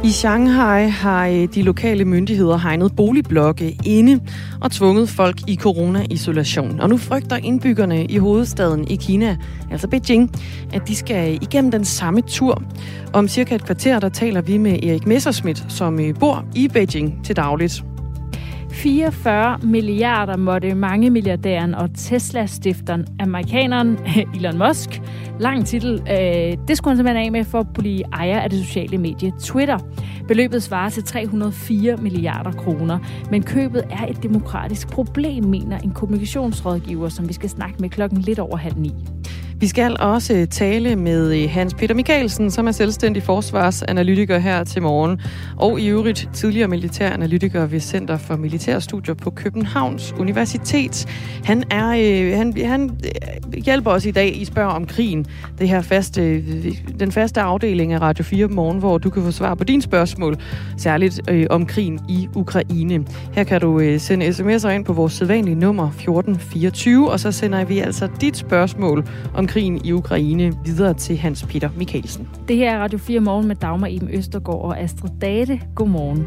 I Shanghai har de lokale myndigheder hegnet boligblokke inde og tvunget folk i corona-isolation. Og nu frygter indbyggerne i hovedstaden i Kina, altså Beijing, at de skal igennem den samme tur. Om cirka et kvarter, der taler vi med Erik Messerschmidt, som bor i Beijing til dagligt. 44 milliarder måtte mange milliardæren og Tesla-stifteren, amerikaneren Elon Musk, lang titel, det skulle han simpelthen af med for at blive ejer af det sociale medie Twitter. Beløbet svarer til 304 milliarder kroner, men købet er et demokratisk problem, mener en kommunikationsrådgiver, som vi skal snakke med klokken lidt over 8:30. Vi skal også tale med Hans Peter Michaelsen, som er selvstændig forsvarsanalytiker her til morgen, og i øvrigt tidligere militæranalytiker ved Center for Militærstudier på Københavns Universitet. Han hjælper os i dag. I spørger om krigen. Det her den faste afdeling af Radio 4 Morgen, hvor du kan få svar på dine spørgsmål, særligt om krigen i Ukraine. Her kan du sende sms'er ind på vores sædvanlige nummer 1424, og så sender vi altså dit spørgsmål om krigen i Ukraine videre til Hans Peter Michaelsen. Det her er Radio 4 Morgen med Dagmar Iben Østergaard og Astrid Date. Godmorgen.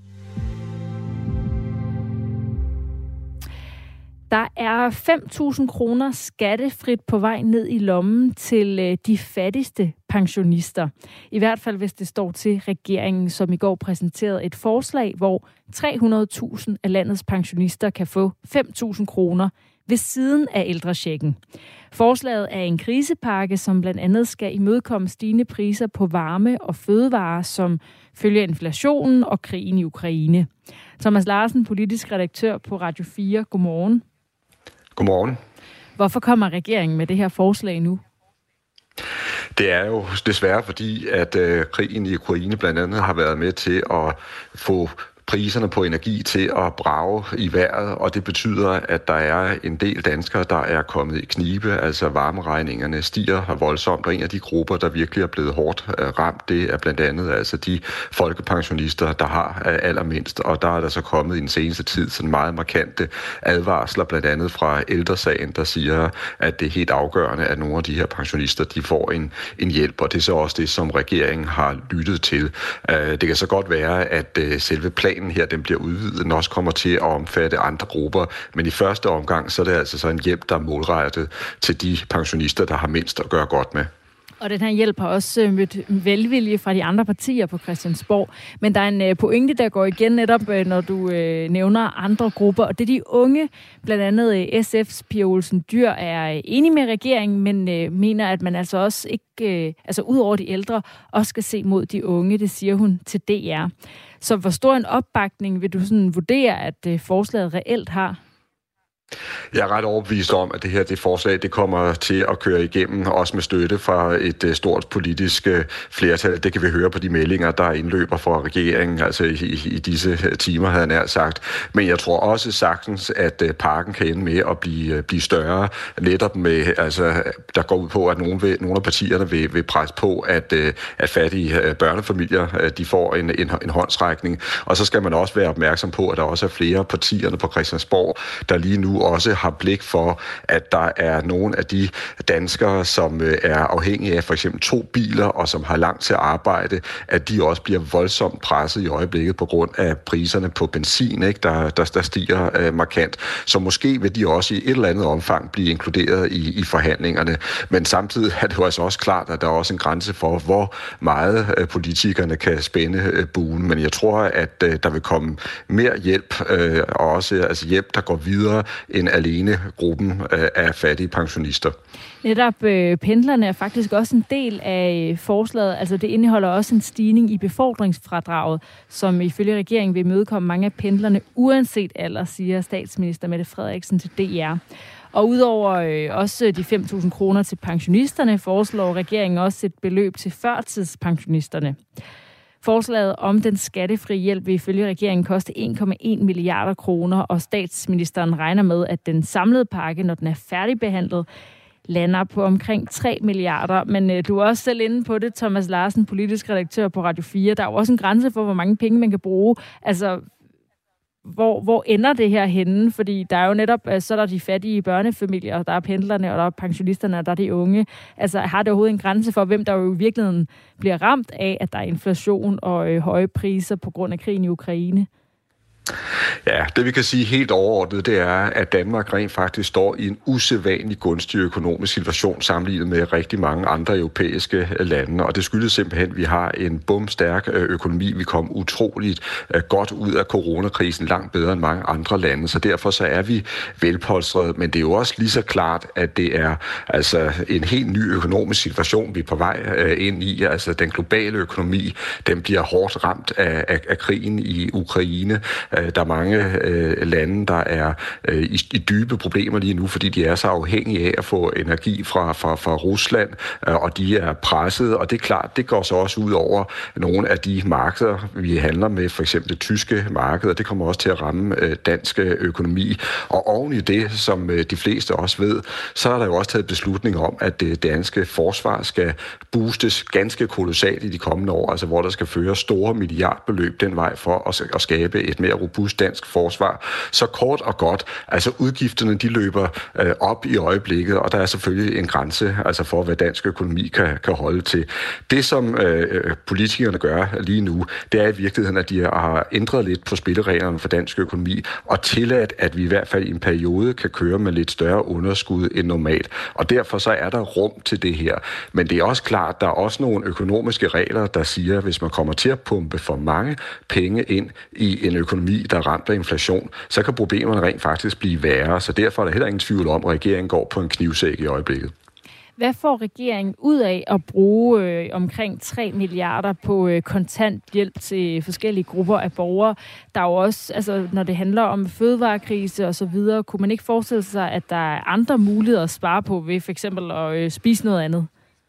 Der er 5.000 kroner skattefrit på vej ned i lommen til de fattigste pensionister. I hvert fald, hvis det står til regeringen, som i går præsenterede et forslag, hvor 300.000 af landets pensionister kan få 5.000 kroner ved siden af ældrechecken. Forslaget er en krisepakke, som blandt andet skal imødekomme stigende priser på varme og fødevarer, som følger inflationen og krigen i Ukraine. Thomas Larsen, politisk redaktør på Radio 4. Godmorgen. Godmorgen. Hvorfor kommer regeringen med det her forslag nu? Det er jo desværre fordi, at krigen i Ukraine blandt andet har været med til at få priserne på energi til at brage i vejret, og det betyder, at der er en del danskere, der er kommet i knibe, altså varmeregningerne stiger voldsomt, og en af de grupper, der virkelig er blevet hårdt ramt, det er blandt andet altså de folkepensionister, der har allermindst, og der er der så kommet i den seneste tid sådan meget markante advarsler, blandt andet fra Ældresagen, der siger, at det er helt afgørende, at nogle af de her pensionister, de får en hjælp, og det er så også det, som regeringen har lyttet til. Det kan så godt være, at selve planen her, den bliver udvidet, den også kommer til at omfatte andre grupper, men i første omgang, så er det altså så en hjælp, der er målrettet til de pensionister, der har mindst at gøre godt med. Og den her hjælp har også mødt velvilje fra de andre partier på Christiansborg. Men der er en pointe, der går igen netop, når du nævner andre grupper. Og det er de unge, blandt andet SF's Pia Olsen Dyhr, er enige med regeringen, men mener, at man altså også ikke, ud over de ældre, også skal se mod de unge. Det siger hun til DR. Så hvor stor en opbakning vil du sådan vurdere, at forslaget reelt har? Jeg er ret overbevist om, at det forslag, det kommer til at køre igennem, også med støtte fra et stort politisk flertal. Det kan vi høre på de meldinger, der indløber fra regeringen, altså i disse timer, havde jeg nær sagt. Men jeg tror også sagtens, at pakken kan ende med at blive større, netop med, altså, der går ud på, at nogle af partierne vil presse på, at fattige børnefamilier, de får en håndsrækning. Og så skal man også være opmærksom på, at der også er flere partierne på Christiansborg, der lige nu også har blik for, at der er nogle af de danskere, som er afhængige af for eksempel 2 biler, og som har langt til arbejde, at de også bliver voldsomt presset i øjeblikket på grund af priserne på benzin, ikke? Der stiger markant. Så måske vil de også i et eller andet omfang blive inkluderet i forhandlingerne. Men samtidig er det jo altså også klart, at der er også en grænse for, hvor meget politikerne kan spænde buen. Men jeg tror, at der vil komme mere hjælp, og også altså hjælp, der går videre end alene gruppen af fattige pensionister. Netop pendlerne er faktisk også en del af forslaget. Altså det indeholder også en stigning i befordringsfradraget, som ifølge regeringen vil imødekomme mange af pendlerne uanset alder, siger statsminister Mette Frederiksen til DR. Og udover også de 5.000 kroner til pensionisterne, foreslår regeringen også et beløb til førtidspensionisterne. Forslaget om den skattefri hjælp vil ifølge regeringen koste 1,1 milliarder kroner, og statsministeren regner med, at den samlede pakke, når den er færdigbehandlet, lander på omkring 3 milliarder. Men du er også selv inde på det, Thomas Larsen, politisk redaktør på Radio 4. Der er jo også en grænse for, hvor mange penge man kan bruge. Altså, hvor ender det her henne? Fordi der er jo netop, så er der de fattige børnefamilier, der er pendlerne, og der er pensionisterne, og der er de unge. Altså har det overhovedet en grænse for, hvem der jo i virkeligheden bliver ramt af, at der er inflation og høje priser på grund af krigen i Ukraine? Ja, det vi kan sige helt overordnet, det er, at Danmark rent faktisk står i en usædvanlig gunstig økonomisk situation sammenlignet med rigtig mange andre europæiske lande. Og det skyldes simpelthen, at vi har en bumstærk økonomi. Vi kom utroligt godt ud af coronakrisen, langt bedre end mange andre lande. Så derfor så er vi velpolstrede. Men det er jo også lige så klart, at det er altså en helt ny økonomisk situation, vi er på vej ind i. Altså den globale økonomi, den bliver hårdt ramt af krigen i Ukraine. Der er mange lande, der er i dybe problemer lige nu, fordi de er så afhængige af at få energi fra Rusland, og de er presset, og det er klart, det går så også ud over nogle af de markeder, vi handler med, for eksempel det tyske marked, og det kommer også til at ramme dansk økonomi. Og oven i det, som de fleste også ved, så er der jo også taget beslutning om, at det danske forsvar skal boostes ganske kolossalt i de kommende år, altså hvor der skal føre store milliardbeløb den vej for at skabe et mere robust dansk forsvar. Så kort og godt, altså udgifterne, de løber op i øjeblikket, og der er selvfølgelig en grænse altså for, hvad dansk økonomi kan holde til. Det, som politikerne gør lige nu, det er i virkeligheden, at de har ændret lidt på spillereglerne for dansk økonomi, og tilladt, at vi i hvert fald i en periode kan køre med lidt større underskud end normalt. Og derfor så er der rum til det her. Men det er også klart, der er også nogle økonomiske regler, der siger, at hvis man kommer til at pumpe for mange penge ind i en økonomi, der er ramt af inflation, så kan problemerne rent faktisk blive værre. Så derfor er der heller ingen tvivl om, at regeringen går på en knivsæg i øjeblikket. Hvad får regeringen ud af at bruge omkring 3 milliarder på kontant hjælp til forskellige grupper af borgere? Der er jo også, altså, når det handler om fødevarekrise og så videre, kunne man ikke forestille sig, at der er andre muligheder at spare på ved for eksempel at spise noget andet?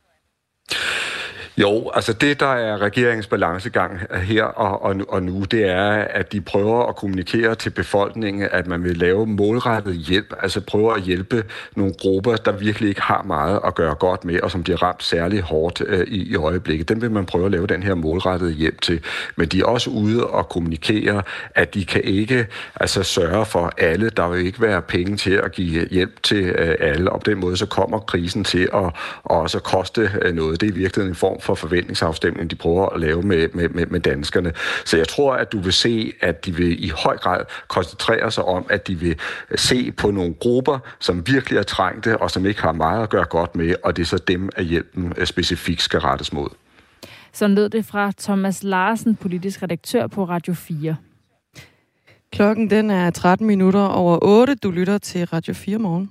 Jo, altså det, der er regeringens balancegang her og nu, det er, at de prøver at kommunikere til befolkningen, at man vil lave målrettet hjælp, altså prøver at hjælpe nogle grupper, der virkelig ikke har meget at gøre godt med, og som bliver ramt særlig hårdt i øjeblikket. Dem vil man prøve at lave den her målrettede hjælp til. Men de er også ude og kommunikere, at de kan ikke altså sørge for alle. Der vil ikke være penge til at give hjælp til alle, og på den måde så kommer krisen til at også koste noget. Det er i virkeligheden en form for forventningsafstemning, de prøver at lave med danskerne. Så jeg tror, at du vil se, at de vil i høj grad koncentrere sig om, at de vil se på nogle grupper, som virkelig er trængte, og som ikke har meget at gøre godt med, og det er så dem, at hjælpen specifikt skal rettes mod. Sådan lød det fra Thomas Larsen, politisk redaktør på Radio 4. Klokken den er 13 minutter over 8. Du lytter til Radio 4 morgen.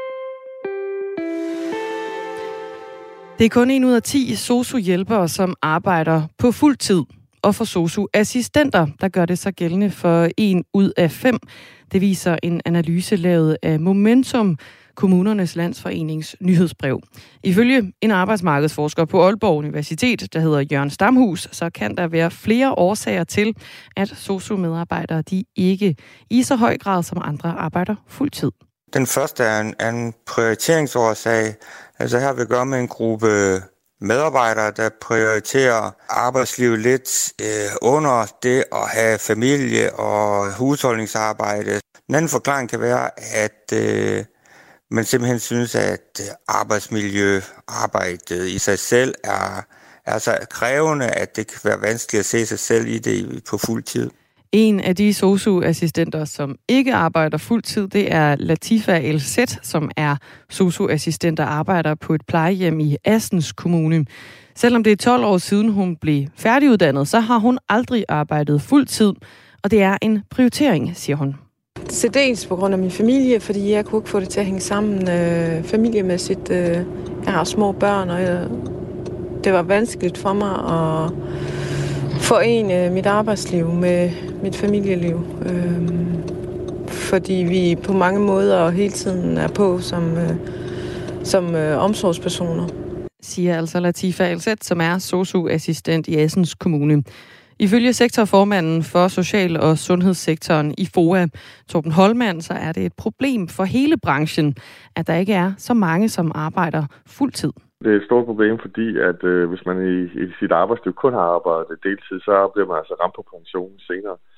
Det er kun 1 ud af 10 sosu-hjælpere, som arbejder på fuld tid. Og for sosu-assistenter, der gør det så gældende for 1 ud af 5. Det viser en analyse lavet af Momentum, Kommunernes Landsforenings nyhedsbrev. Ifølge en arbejdsmarkedsforsker på Aalborg Universitet, der hedder Jørgen Stamhus, så kan der være flere årsager til, at sosu-medarbejdere de ikke i så høj grad som andre arbejder fuld tid. Den første er en prioriteringsårsag. Altså her vil gøre med en gruppe medarbejdere, der prioriterer arbejdslivet lidt under det at have familie og husholdningsarbejde. En anden forklaring kan være, at man simpelthen synes, at arbejdsmiljøarbejdet i sig selv er så krævende, at det kan være vanskeligt at se sig selv i det på fuld tid. En af de sosu-assistenter, som ikke arbejder fuld tid, det er Latifa El-Zet, som er sosu-assistent og arbejder på et plejehjem i Assens Kommune. Selvom det er 12 år siden, hun blev færdiguddannet, så har hun aldrig arbejdet fuld tid, og det er en prioritering, siger hun. Til dels på grund af min familie, fordi jeg kunne ikke få det til at hænge sammen familiemæssigt. Jeg har små børn, og det var vanskeligt for mig at forene mit arbejdsliv med mit familieliv. Fordi vi på mange måder hele tiden er på som omsorgspersoner. Siger altså Latifa El-Zet, som er sosu-assistent i Assens Kommune. Ifølge sektorformanden for social- og sundhedssektoren i FOA, Torben Holmann, så er det et problem for hele branchen, at der ikke er så mange, som arbejder fuld tid. Det er et stort problem, fordi at hvis man i sit arbejdsliv kun har arbejdet deltid, så bliver man altså ramt på pensionen senere.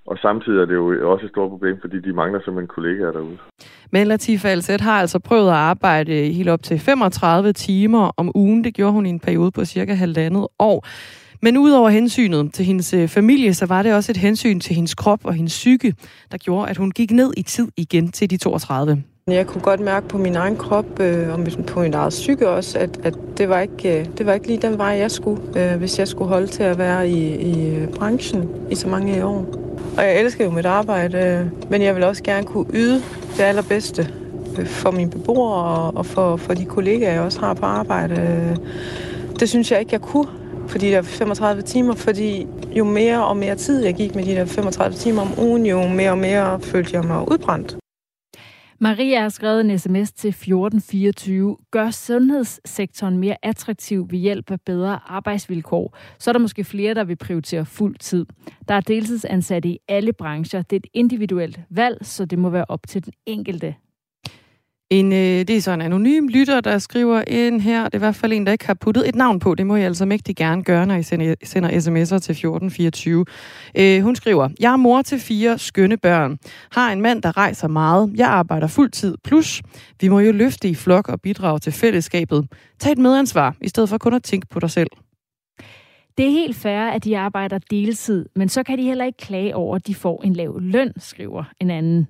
Og samtidig er det jo også et stort problem, fordi de mangler simpelthen kollegaer derude. Men Latifa Alseth har altså prøvet at arbejde helt op til 35 timer om ugen. Det gjorde hun i en periode på cirka 1,5 år. Men udover hensynet til hendes familie, så var det også et hensyn til hendes krop og hendes psyke, der gjorde, at hun gik ned i tid igen til de 32. Jeg kunne godt mærke på min egen krop og på min eget psyke også, at det var ikke lige den vej, jeg skulle, hvis jeg skulle holde til at være i branchen i så mange år. Og jeg elsker jo mit arbejde, men jeg vil også gerne kunne yde det allerbedste for mine beboere og for de kollegaer, jeg også har på arbejde. Det synes jeg ikke, jeg kunne, fordi der er 35 timer, fordi jo mere og mere tid jeg gik med de der 35 timer om ugen, jo mere og mere følte jeg mig udbrændt. Maria har skrevet en sms til 1424. Gør sundhedssektoren mere attraktiv ved hjælp af bedre arbejdsvilkår. Så er der måske flere, der vil prioritere fuld tid. Der er deltidsansatte i alle brancher. Det er et individuelt valg, så det må være op til den enkelte. Det er så en anonym lytter, der skriver ind her. Det er i hvert fald en, der ikke har puttet et navn på. Det må I altså mægtig gerne gøre, når I sender sms'er til 1424. Hun skriver, jeg er mor til 4 skønne børn. Har en mand, der rejser meget. Jeg arbejder fuldtid plus. Vi må jo løfte i flok og bidrage til fællesskabet. Tag et medansvar, i stedet for kun at tænke på dig selv. Det er helt fair, at de arbejder deltid, men så kan de heller ikke klage over, at de får en lav løn, skriver en anden.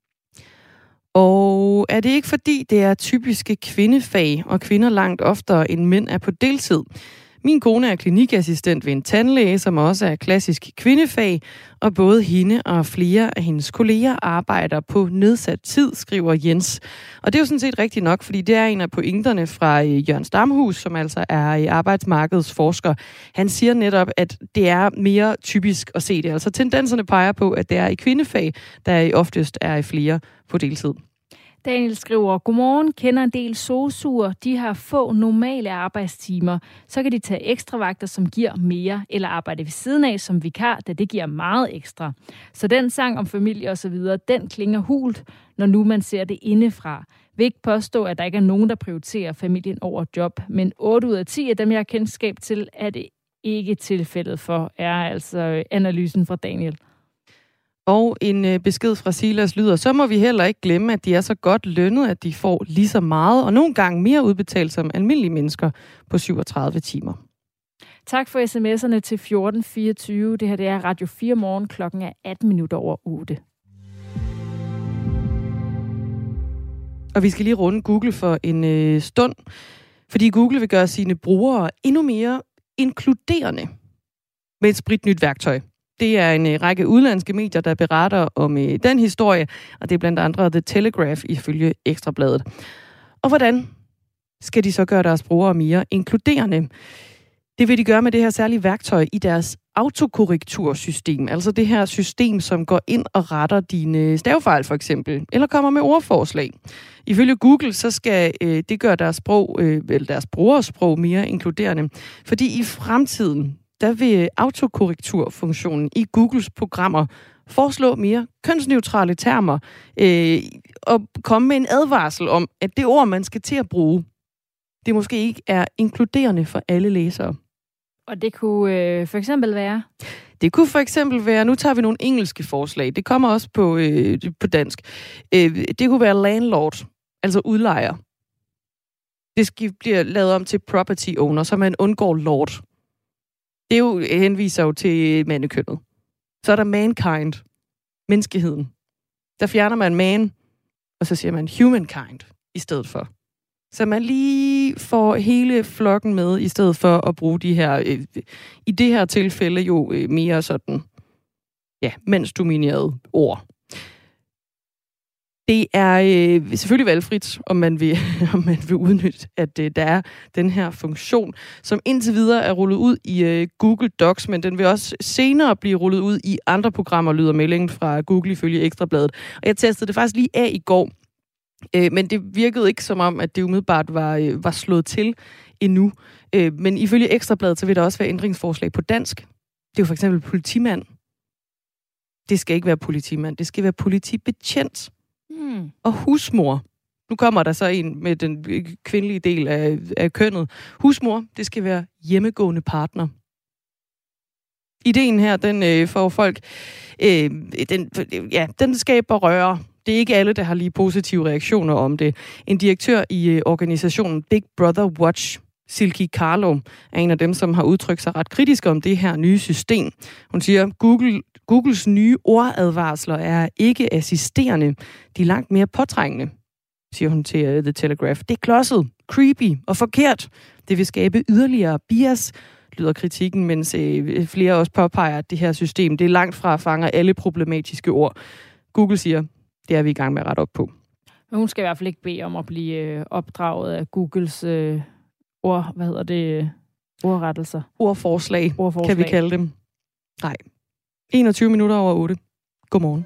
Og er det ikke fordi, det er typiske kvindefag, og kvinder langt oftere end mænd er på deltid? Min kone er klinikassistent ved en tandlæge, som også er klassisk kvindefag, og både hende og flere af hendes kolleger arbejder på nedsat tid, skriver Jens. Og det er jo sådan set rigtigt nok, fordi det er en af pointerne fra Jørgen Stamhus, som altså er arbejdsmarkedsforsker. Han siger netop, at det er mere typisk at se det. Altså tendenserne peger på, at det er i kvindefag, der oftest er flere på deltid. Daniel skriver, godmorgen, kender en del sosuer. De har få normale arbejdstimer. Så kan de tage ekstra vagter, som giver mere, eller arbejde ved siden af som vikar, da det giver meget ekstra. Så den sang om familie og så videre, den klinger hult, når nu man ser det indefra. Vil ikke påstå, at der ikke er nogen, der prioriterer familien over job, men 8 ud af 10 af dem, jeg har kendskab til, er det ikke tilfældet for, er altså analysen fra Daniel. Og en besked fra Silas lyder, så må vi heller ikke glemme, at de er så godt lønnet, at de får lige så meget, og nogle gange mere udbetalt som almindelige mennesker på 37 timer. Tak for sms'erne til 1424. Det her det er Radio 4 morgen, klokken er 8:18. Og vi skal lige runde Google for en stund, fordi Google vil gøre sine brugere endnu mere inkluderende med et spritnyt værktøj. Det er en række udenlandske medier, der beretter om den historie, og det er blandt andre The Telegraph ifølge Ekstrabladet. Og hvordan skal de så gøre deres brugere mere inkluderende? Det vil de gøre med det her særlige værktøj i deres autokorrektursystem, altså det her system, som går ind og retter dine stavefejl for eksempel, eller kommer med ordforslag. Ifølge Google, så skal det gøre deres brugers sprog mere inkluderende, fordi i fremtiden, der vil autokorrekturfunktionen i Googles programmer foreslå mere kønsneutrale termer og komme med en advarsel om, at det ord, man skal til at bruge, det måske ikke er inkluderende for alle læsere. Og det kunne for eksempel være? Det kunne for eksempel være, nu tager vi nogle engelske forslag, det kommer også på dansk. Det kunne være landlord, altså udlejer. Det bliver lavet om til property owner, så man undgår lord. Det henviser jo til mandekønnet. Så er der mankind, menneskeheden. Der fjerner man man, og så siger man humankind i stedet for. Så man lige får hele flokken med, i stedet for at bruge de her, i det her tilfælde jo mere sådan, mandsdominerede ord. Det er selvfølgelig valgfrit, om man vil udnytte, at der er den her funktion, som indtil videre er rullet ud i Google Docs, men den vil også senere blive rullet ud i andre programmer, lyder meldingen fra Google ifølge Ekstrabladet. Og jeg testede det faktisk lige af i går, men det virkede ikke som om, at det umiddelbart var slået til endnu. Men ifølge Ekstrabladet, så vil der også være ændringsforslag på dansk. Det er jo for eksempel politimand. Det skal ikke være politimand, det skal være politibetjent. Og husmor. Nu kommer der så en med den kvindelige del af kønnet. Husmor, det skal være hjemmegående partner. Ideen her, den får folk... den skaber røre. Det er ikke alle, der har lige positive reaktioner om det. En direktør i organisationen Big Brother Watch, Silke Carlo, er en af dem, som har udtrykt sig ret kritisk om det her nye system. Hun siger, Googles nye ordadvarsler er ikke assisterende. De er langt mere påtrængende, siger hun til The Telegraph. Det er klodset, creepy og forkert. Det vil skabe yderligere bias, lyder kritikken, mens flere også påpeger, at det her system, det er langt fra at fange alle problematiske ord. Google siger, det er vi i gang med at rette op på. Men hun skal i hvert fald ikke bede om at blive opdraget af Googles ordrettelser. Ordforslag, kan vi kalde dem. Nej. 21 minutter over 8. Godmorgen.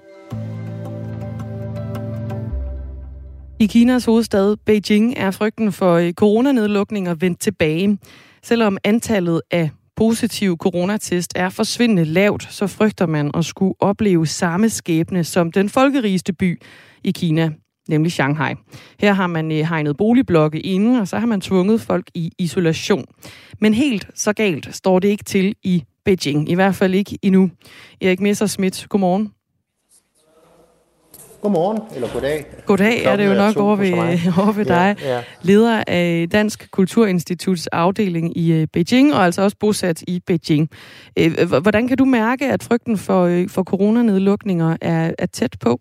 I Kinas hovedstad Beijing er frygten for coronanedlukninger vendt tilbage. Selvom antallet af positive coronatest er forsvindende lavt, så frygter man at skulle opleve samme skæbne som den folkerigeste by i Kina, nemlig Shanghai. Her har man hegnet boligblokke inde, og så har man tvunget folk i isolation. Men helt så galt står det ikke til i Beijing, i hvert fald ikke endnu. Erik Messerschmidt, godmorgen. Godmorgen, eller goddag. Goddag er det jo nok over ved dig. Ja. Leder af Dansk Kulturinstituts afdeling i Beijing, og altså også bosat i Beijing. Hvordan kan du mærke, at frygten for coronanedlukninger er tæt på?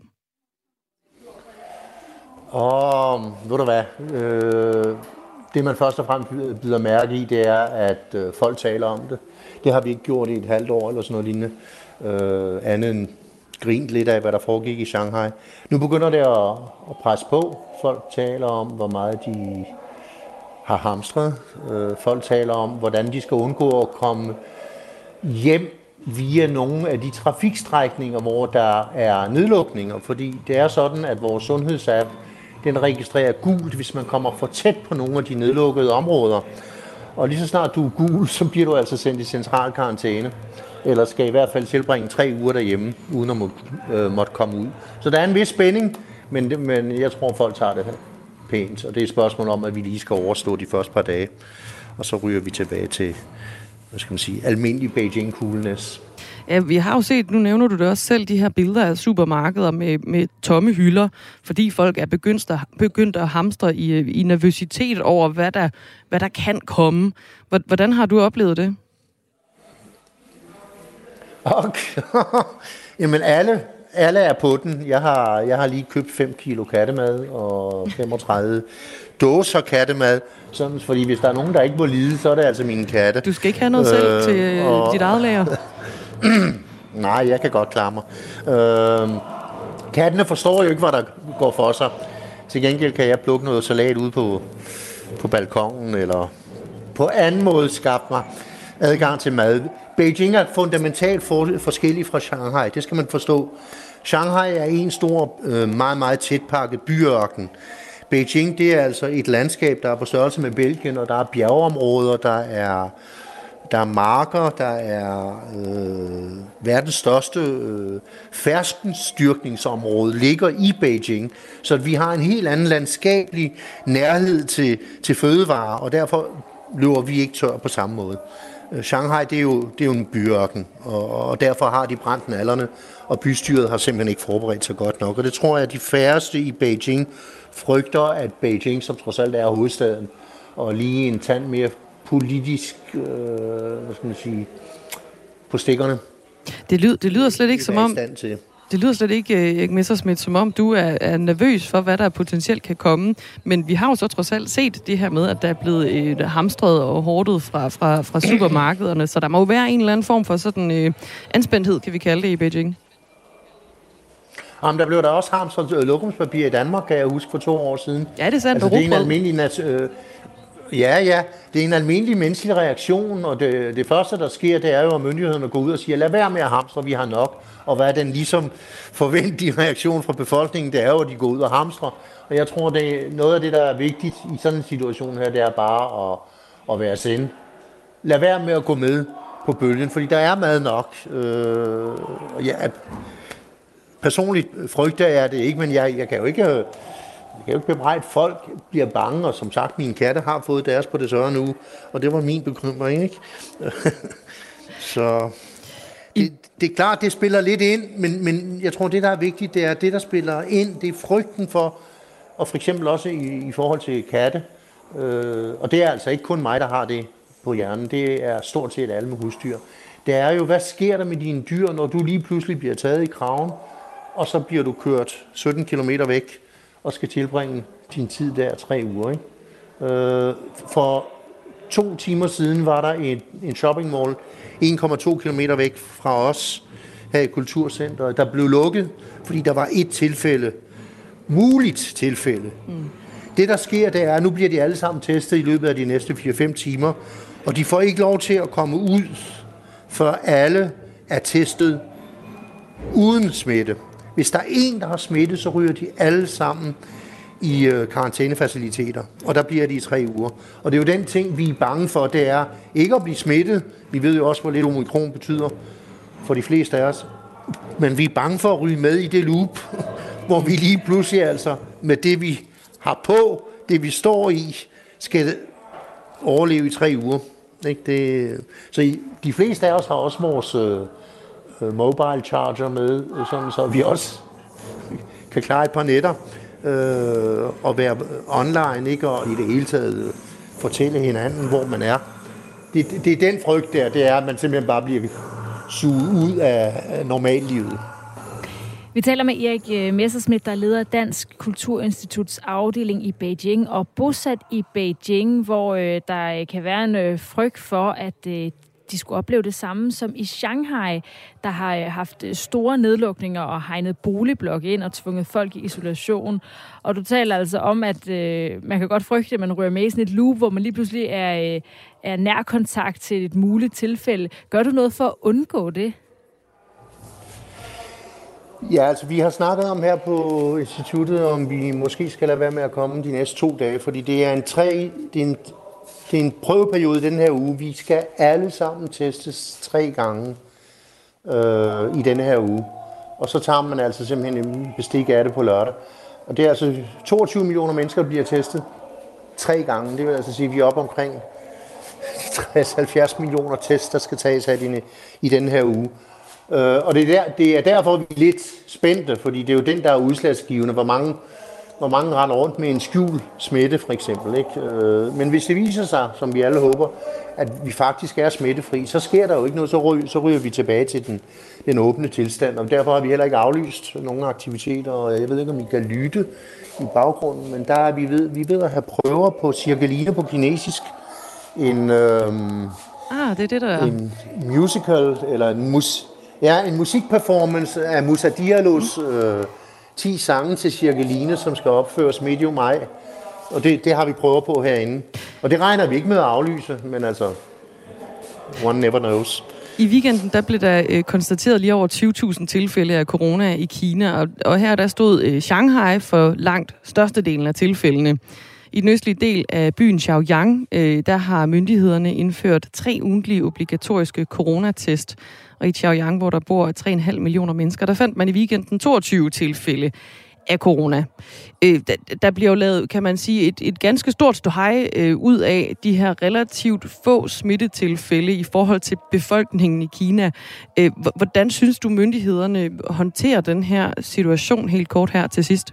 Ved du hvad? Det man først og fremmest bider mærke i, det er, at folk taler om det. Det har vi ikke gjort i et halvt år eller sådan noget lignende. Andet end grint lidt af, hvad der foregik i Shanghai. Nu begynder det at presse på. Folk taler om, hvor meget de har hamstret. Folk taler om, hvordan de skal undgå at komme hjem via nogle af de trafikstrækninger, hvor der er nedlukninger. Fordi det er sådan, at vores sundhedsapp, den registrerer gult, hvis man kommer for tæt på nogle af de nedlukkede områder. Og lige så snart du er gul, så bliver du altså sendt i central karantæne. Eller skal i hvert fald tilbringe 3 uger derhjemme, uden at måtte komme ud. Så der er en vis spænding, men jeg tror, folk tager det pænt. Og det er et spørgsmål om, at vi lige skal overstå de første par dage. Og så ryger vi tilbage til, almindelig Beijing-coolness. Ja, vi har jo set, nu nævner du det også selv, de her billeder af supermarkeder med tomme hylder, fordi folk er begyndt at hamstre i nervøsitet over, hvad der kan komme. Hvordan har du oplevet det? Okay. Jamen alle er på den. Jeg har lige købt 5 kilo kattemad og 35 dåser kattemad. Sådan, fordi hvis der er nogen, der ikke må lide, så er det altså mine katte. Du skal ikke have noget selv til dit eget lager? Nej, jeg kan godt klare mig. Kattene forstår jo ikke, hvad der går for sig. Til gengæld kan jeg plukke noget salat ude på balkongen, eller på anden måde skaffe mig adgang til mad. Beijing er fundamentalt forskellig fra Shanghai. Det skal man forstå. Shanghai er en stor, meget, meget tætpakket byørken. Beijing, det er altså et landskab, der er på størrelse med Belgien, og der er bjergeområder, der er marker, der er verdens største ferskensdyrkningsområde ligger i Beijing. Så vi har en helt anden landskabelig nærhed til fødevarer, og derfor løber vi ikke tør på samme måde. Shanghai, det er jo en byørken, og derfor har de brændt nallerne, og bystyret har simpelthen ikke forberedt sig godt nok. Og det tror jeg, at de færreste i Beijing frygter, at Beijing, som trods alt er hovedstaden, og lige en tand mere politisk, på stikkerne. Det lyder slet ikke som om... Det lyder slet ikke, Erik Messerschmidt, som om du er nervøs for, hvad der potentielt kan komme. Men vi har jo så trods alt set det her med, at der er blevet hamstret og hårdet fra supermarkederne. Så der må jo være en eller anden form for sådan anspændthed, kan vi kalde det, i Beijing. Jamen, der blev der også hamstret lokumspapir i Danmark, kan jeg huske, for 2 år siden. Ja, det er sandt. Altså, det er en almindelig Ja, det er en almindelig menneskelig reaktion, og det første, der sker, det er jo, at myndighederne går ud og siger, lad være med at hamstre, vi har nok. Og hvad er den ligesom forventelige reaktion fra befolkningen, det er jo, at de går ud og hamstrer. Og jeg tror, det er noget af det, der er vigtigt i sådan en situation her, det er bare at være sind. Lad være med at gå med på bølgen, fordi der er mad nok. Personligt frygter jeg det ikke, men jeg kan jo ikke bebrejde, folk bliver bange, og som sagt, mine katte har fået deres på det sørre nu, og det var min bekymring, ikke? Så... Det er klart, det spiller lidt ind, men jeg tror, det, der er vigtigt, det er det, der spiller ind. Det er frygten for, og for eksempel også i forhold til katte. Og det er altså ikke kun mig, der har det på hjernen. Det er stort set alle med husdyr. Det er jo, hvad sker der med dine dyr, når du lige pludselig bliver taget i kraven, og så bliver du kørt 17 kilometer væk og skal tilbringe din tid der 3 uger. Ikke? For 2 timer siden var der en shopping mall 1,2 kilometer væk fra os her i Kulturcenteret, der blev lukket, fordi der var et tilfælde, muligt tilfælde. Det, der sker, det er, at nu bliver de alle sammen testet i løbet af de næste 4-5 timer, og de får ikke lov til at komme ud, før alle er testet uden smitte. Hvis der er en, der har smitte, så ryger de alle sammen i karantænefaciliteter, og der bliver de i 3 uger. Og det er jo den ting, vi er bange for, det er ikke at blive smittet. Vi ved jo også, hvor lidt omikron betyder for de fleste af os. Men vi er bange for at ryge med i det loop, hvor vi lige pludselig altså med det, vi har på, det vi står i, skal overleve i 3 uger. Ikke? Så de fleste af os har også vores mobile charger med, sådan, så vi også kan klare et par nætter og være online, ikke? Og i det hele taget fortælle hinanden, hvor man er. Det er den frygt der, det er, at man simpelthen bare bliver suget ud af normallivet. Vi taler med Erik Messerschmidt, der er leder af Dansk Kulturinstituts afdeling i Beijing og bosat i Beijing, hvor der kan være en frygt for, at de skulle opleve det samme som i Shanghai, der har haft store nedlukninger og hegnet boligblokke ind og tvunget folk i isolation. Og du taler altså om, at man kan godt frygte, at man ryger med i sådan et loop, hvor man lige pludselig er nærkontakt til et muligt tilfælde. Gør du noget for at undgå det? Ja, altså vi har snakket om her på instituttet, om vi måske skal lade være med at komme de næste 2 dage, fordi det er en prøveperiode den her uge. Vi skal alle sammen testes 3 gange i denne her uge. Og så tager man altså simpelthen en bestik af det på lørdag. Og det er altså 22 millioner mennesker, der bliver testet 3 gange. Det vil altså sige, at vi er oppe omkring 60-70 millioner tests, der skal tages af i denne her uge. Og det er derfor, vi er lidt spændte, fordi det er jo den, der er udslagsgivende, hvor mange render rundt med en skjult smitte, for eksempel. Ikke? Men hvis det viser sig, som vi alle håber, at vi faktisk er smittefri, så sker der jo ikke noget, så ryger vi tilbage til den åbne tilstand. Og derfor har vi heller ikke aflyst nogen aktiviteter, og jeg ved ikke, om I kan lytte i baggrunden, men der er vi ved at have prøver på cirkeline på kinesisk. Det er det, der er. En musical, eller en musikperformance af Musa Diallos 10 sange til cirkeline, som skal opføres medio maj. Og det har vi prøver på herinde. Og det regner vi ikke med at aflyse, men altså, one never knows. I weekenden, der blev der konstateret lige over 20.000 tilfælde af corona i Kina, og her der stod Shanghai for langt størstedelen af tilfældene. I den østlige del af byen Chaoyang, der har myndighederne indført 3 ugentlige obligatoriske coronatest. Og i Chaoyang, hvor der bor 3,5 millioner mennesker, der fandt man i weekenden 22 tilfælde af corona. Der bliver jo lavet, kan man sige, et ganske stort ståhej ud af de her relativt få smittetilfælde i forhold til befolkningen i Kina. Hvordan synes du, myndighederne håndterer den her situation helt kort her til sidst?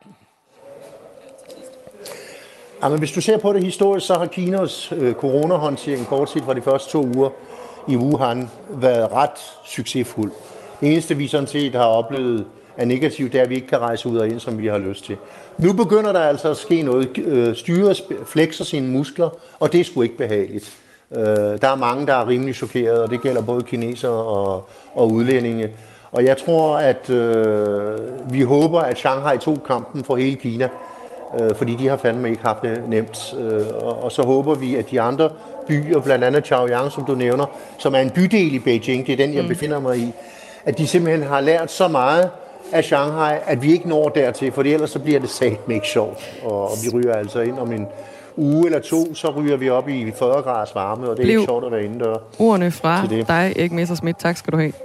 Jamen, hvis du ser på det historisk, så har Kinas coronahåndtering, bortset fra de første 2 uger i Wuhan, været ret succesfuld. Det eneste, vi sådan set har oplevet er negativt, det er, at vi ikke kan rejse ud og ind, som vi har lyst til. Nu begynder der altså at ske noget. Styret flexer sine muskler, og det er sgu ikke behageligt. Der er mange, der er rimelig chokeret, og det gælder både kinesere og udlændinge. Og jeg tror, at vi håber, at Shanghai tog kampen for hele Kina, fordi de har fandme ikke haft det nemt. Og så håber vi, at de andre byer, blandt andet Chaoyang, som du nævner, som er en bydel i Beijing, det er den, jeg befinder mig i, at de simpelthen har lært så meget af Shanghai, at vi ikke når dertil, for ellers så bliver det satme ikke sjovt. Og vi ryger altså ind om en uge eller 2, så ryger vi op i 40 graders varme, og det er ikke sjovt at være indendør. Ordene fra dig, Erik Messerschmidt. Tak skal du have.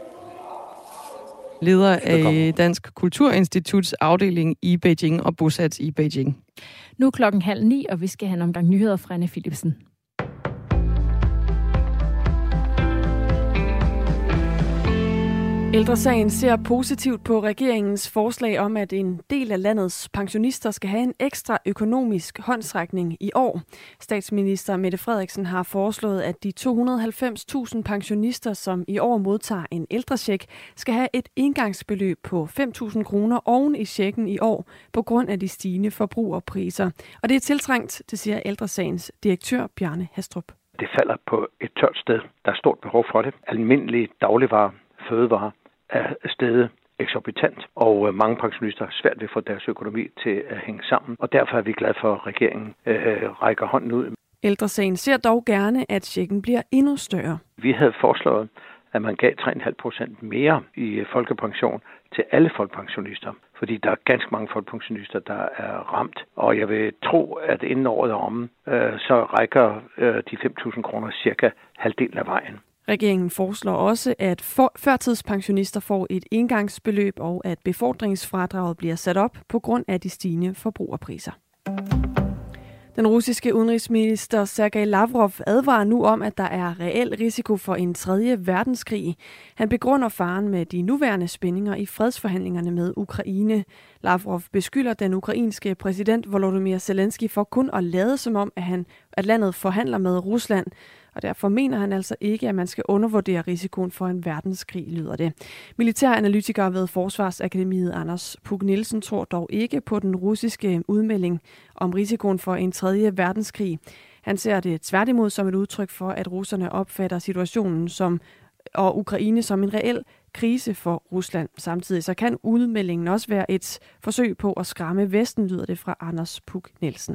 Leder af Dansk Kulturinstituts afdeling i Beijing og bosat i Beijing. Nu er 8:30, og vi skal have en omgang nyheder fra Anne Philipsen. Ældre Sagen ser positivt på regeringens forslag om, at en del af landets pensionister skal have en ekstra økonomisk håndsrækning i år. Statsminister Mette Frederiksen har foreslået, at de 290.000 pensionister, som i år modtager en ældrecheck, skal have et engangsbeløb på 5.000 kroner oven i checken i år på grund af de stigende forbrugerpriser. Og det er tiltrængt, det siger Ældre Sagens direktør Bjarne Hastrup. Det falder på et tørt sted. Der er stort behov for det. Almindelige dagligvarer, fødevarer er steget eksorbitant, og mange pensionister har svært ved at få deres økonomi til at hænge sammen. Og derfor er vi glade for, at regeringen rækker hånden ud. Ældre Sagen ser dog gerne, at checken bliver endnu større. Vi havde foreslået, at man gav 3,5% mere i folkepension til alle folkepensionister. Fordi der er ganske mange folkepensionister, der er ramt. Og jeg vil tro, at inden året er omme, så rækker de 5.000 kroner cirka halvdelen af vejen. Regeringen foreslår også, at førtidspensionister får et engangsbeløb, og at befordringsfradraget bliver sat op på grund af de stigende forbrugerpriser. Den russiske udenrigsminister Sergej Lavrov advarer nu om, at der er reel risiko for en 3. verdenskrig. Han begrunder faren med de nuværende spændinger i fredsforhandlingerne med Ukraine. Lavrov beskylder den ukrainske præsident Volodymyr Zelensky for kun at lade som om, at landet forhandler med Rusland. Og derfor mener han altså ikke, at man skal undervurdere risikoen for en verdenskrig, lyder det. Militæranalytiker ved Forsvarsakademiet Anders Puk Nielsen tror dog ikke på den russiske udmelding om risikoen for en 3. verdenskrig. Han ser det tværtimod som et udtryk for, at russerne opfatter situationen og Ukraine som en reel krise for Rusland. Samtidig så kan udmeldingen også være et forsøg på at skræmme Vesten, lyder det fra Anders Puk Nielsen.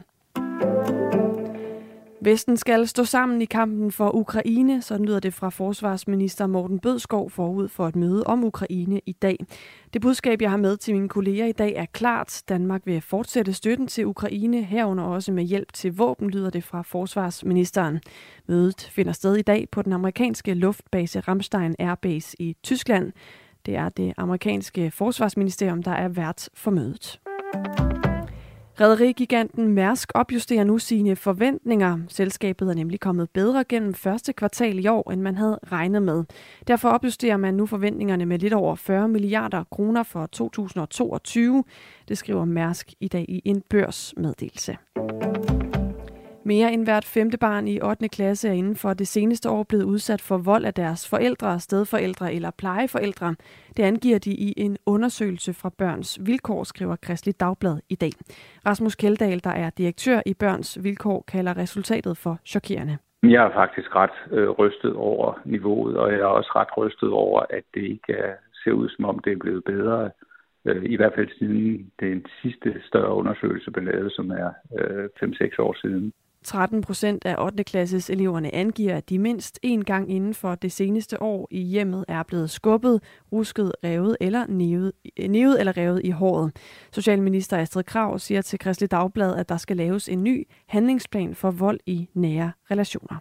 Vesten skal stå sammen i kampen for Ukraine, sådan lyder det fra forsvarsminister Morten Bødskov forud for et møde om Ukraine i dag. Det budskab, jeg har med til mine kolleger i dag, er klart. Danmark vil fortsætte støtten til Ukraine, herunder også med hjælp til våben, lyder det fra forsvarsministeren. Mødet finder sted i dag på den amerikanske luftbase Ramstein Air Base i Tyskland. Det er det amerikanske forsvarsministerium, der er vært for mødet. Rederigiganten Mærsk opjusterer nu sine forventninger. Selskabet er nemlig kommet bedre gennem første kvartal i år, end man havde regnet med. Derfor opjusterer man nu forventningerne med lidt over 40 milliarder kroner for 2022. Det skriver Mærsk i dag i en børsmeddelelse. Mere end hvert 5. barn i 8. klasse er inden for det seneste år blevet udsat for vold af deres forældre, stedforældre eller plejeforældre. Det angiver de i en undersøgelse fra Børns Vilkår, skriver Kristeligt Dagblad i dag. Rasmus Kjeldahl, der er direktør i Børns Vilkår, kalder resultatet for chokerende. Jeg er faktisk ret rystet over niveauet, og jeg er også ret rystet over, at det ikke ser ud som om det er blevet bedre. I hvert fald siden den sidste større undersøgelse blev lavet, som er 5-6 år siden. 13% af 8. klasses eleverne angiver, at de mindst én gang inden for det seneste år i hjemmet er blevet skubbet, rusket, revet eller nævet eller revet i håret. Socialminister Astrid Krag siger til Kristeligt Dagblad, at der skal laves en ny handlingsplan for vold i nære relationer.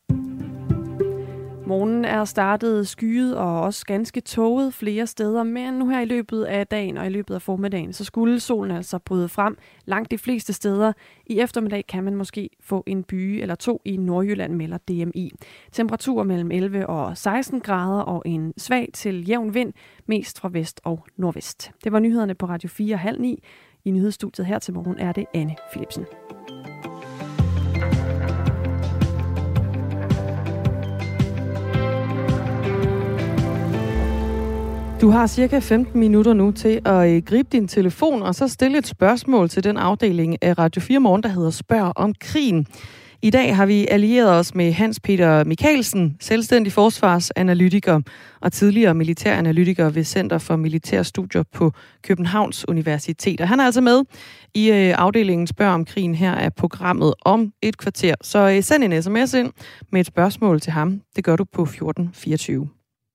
Morgenen er startet skyet og også ganske tåget flere steder, men nu her i løbet af dagen og i løbet af formiddagen, så skulle solen altså bryde frem langt de fleste steder. I eftermiddag kan man måske få en byge eller to i Nordjylland, melder DMI. Temperaturer mellem 11 og 16 grader og en svag til jævn vind, mest fra vest og nordvest. Det var nyhederne på Radio 4 halv 9. I nyhedsstudiet her til morgen er det Anne Philipsen. Du har cirka 15 minutter nu til at gribe din telefon og så stille et spørgsmål til den afdeling af Radio 4 Morgen, der hedder Spørg om krigen. I dag har vi allieret os med Hans Peter Michalsen, selvstændig forsvarsanalytiker og tidligere militæranalytiker ved Center for Militærstudier på Københavns Universitet. Og han er altså med i afdelingen Spørg om krigen her af programmet om et kvarter. Så send en sms ind med et spørgsmål til ham. Det gør du på 1424.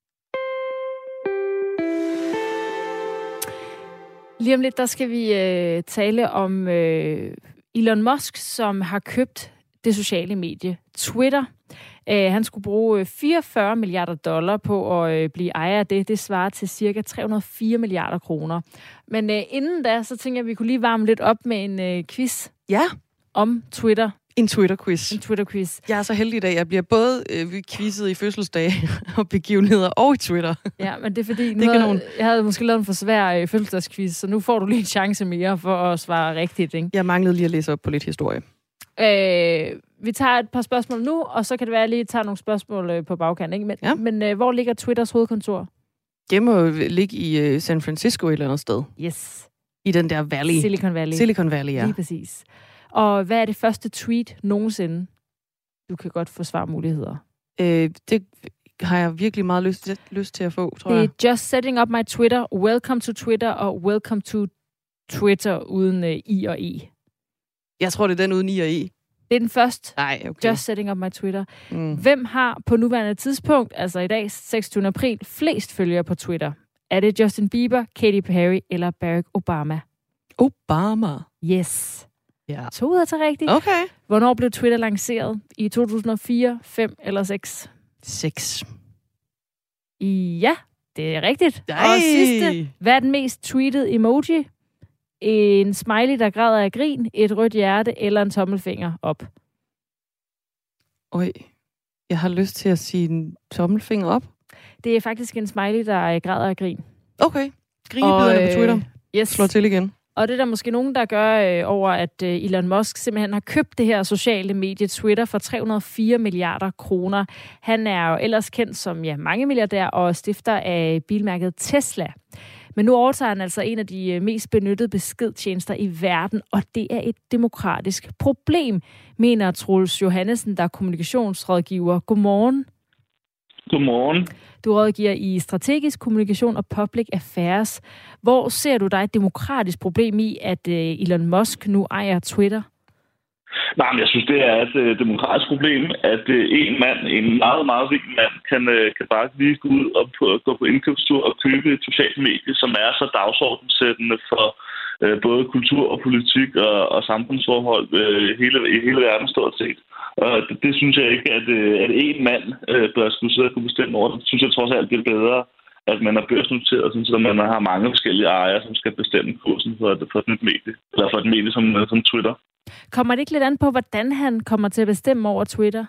Lige om lidt, der skal vi tale om Elon Musk, som har købt det sociale medie Twitter. Han skulle bruge $44 milliarder på at blive ejer af det. Det svarer til cirka 304 milliarder kroner. Men inden da, så tænker jeg, at vi kunne lige varme lidt op med en quiz om Twitter. En Twitter-quiz. En Twitter-quiz. Jeg er så heldig i dag. Jeg bliver både quizzet i fødselsdage og begivenheder og i Twitter. Ja, men det er fordi, jeg havde måske lavet en for svær fødselsdagsquiz, så nu får du lige en chance mere for at svare rigtigt, ikke? Jeg manglede lige at læse op på lidt historie. Vi tager et par spørgsmål nu, og så kan det være, at jeg lige tager nogle spørgsmål på bagkant, ikke? Men hvor ligger Twitters hovedkontor? Det må ligge i San Francisco et eller andet sted. Yes. I den der valley. Silicon Valley, ja. Lige præcis. Og hvad er det første tweet nogensinde? Du kan godt få svarmuligheder. Det har jeg virkelig meget lyst til at få, tror jeg. Det er just setting up my Twitter, welcome to Twitter og welcome to Twitter uden I og E. Jeg tror, det er den uden I og E. Det er den første. Nej, okay. Just setting up my Twitter. Hvem har på nuværende tidspunkt, altså i dag 26. april, flest følgere på Twitter? Er det Justin Bieber, Katy Perry eller Barack Obama? Obama. Yes. Ja. 2 ud af 3 rigtigt. Okay. Hvornår blev Twitter lanceret? I 2004, 5 eller 6? 6. Ja, det er rigtigt. Nej. Og sidste. Hvad er den mest tweetede emoji? En smiley, der græder af grin, et rødt hjerte eller en tommelfinger op? Oj, jeg har lyst til at sige en tommelfinger op. Det er faktisk en smiley, der græder af grin. Okay. Grinebiderne på Twitter. Yes. Slår til igen. Og det er der måske nogen, der gør over, at Elon Musk simpelthen har købt det her sociale medie Twitter for 304 milliarder kroner. Han er jo ellers kendt som mange milliardær og stifter af bilmærket Tesla. Men nu overtager han altså en af de mest benyttede beskedtjenester i verden, og det er et demokratisk problem, mener Troels Johannesen, der er kommunikationsrådgiver. Godmorgen. Godmorgen. Du rådgiver i strategisk kommunikation og public affairs. Hvor ser du der et demokratisk problem i, at Elon Musk nu ejer Twitter? Nej, men jeg synes, det er et demokratisk problem, at en mand, en meget, meget rig mand, kan bare lige gå ud og gå på indkøbstur og købe et socialt medie, som er så dagsordensættende for både kultur og politik og samfundsforhold i hele verden stort set. Og det synes jeg ikke, at en mand bør skulle sidde og kunne bestemme over. Det synes jeg trods alt, det er bedre, at man er børsnoteret, så man har mange forskellige ejere, som skal bestemme kursen for et nyt medie, eller for et medie som Twitter. Kommer det ikke lidt an på, hvordan han kommer til at bestemme over Twitter?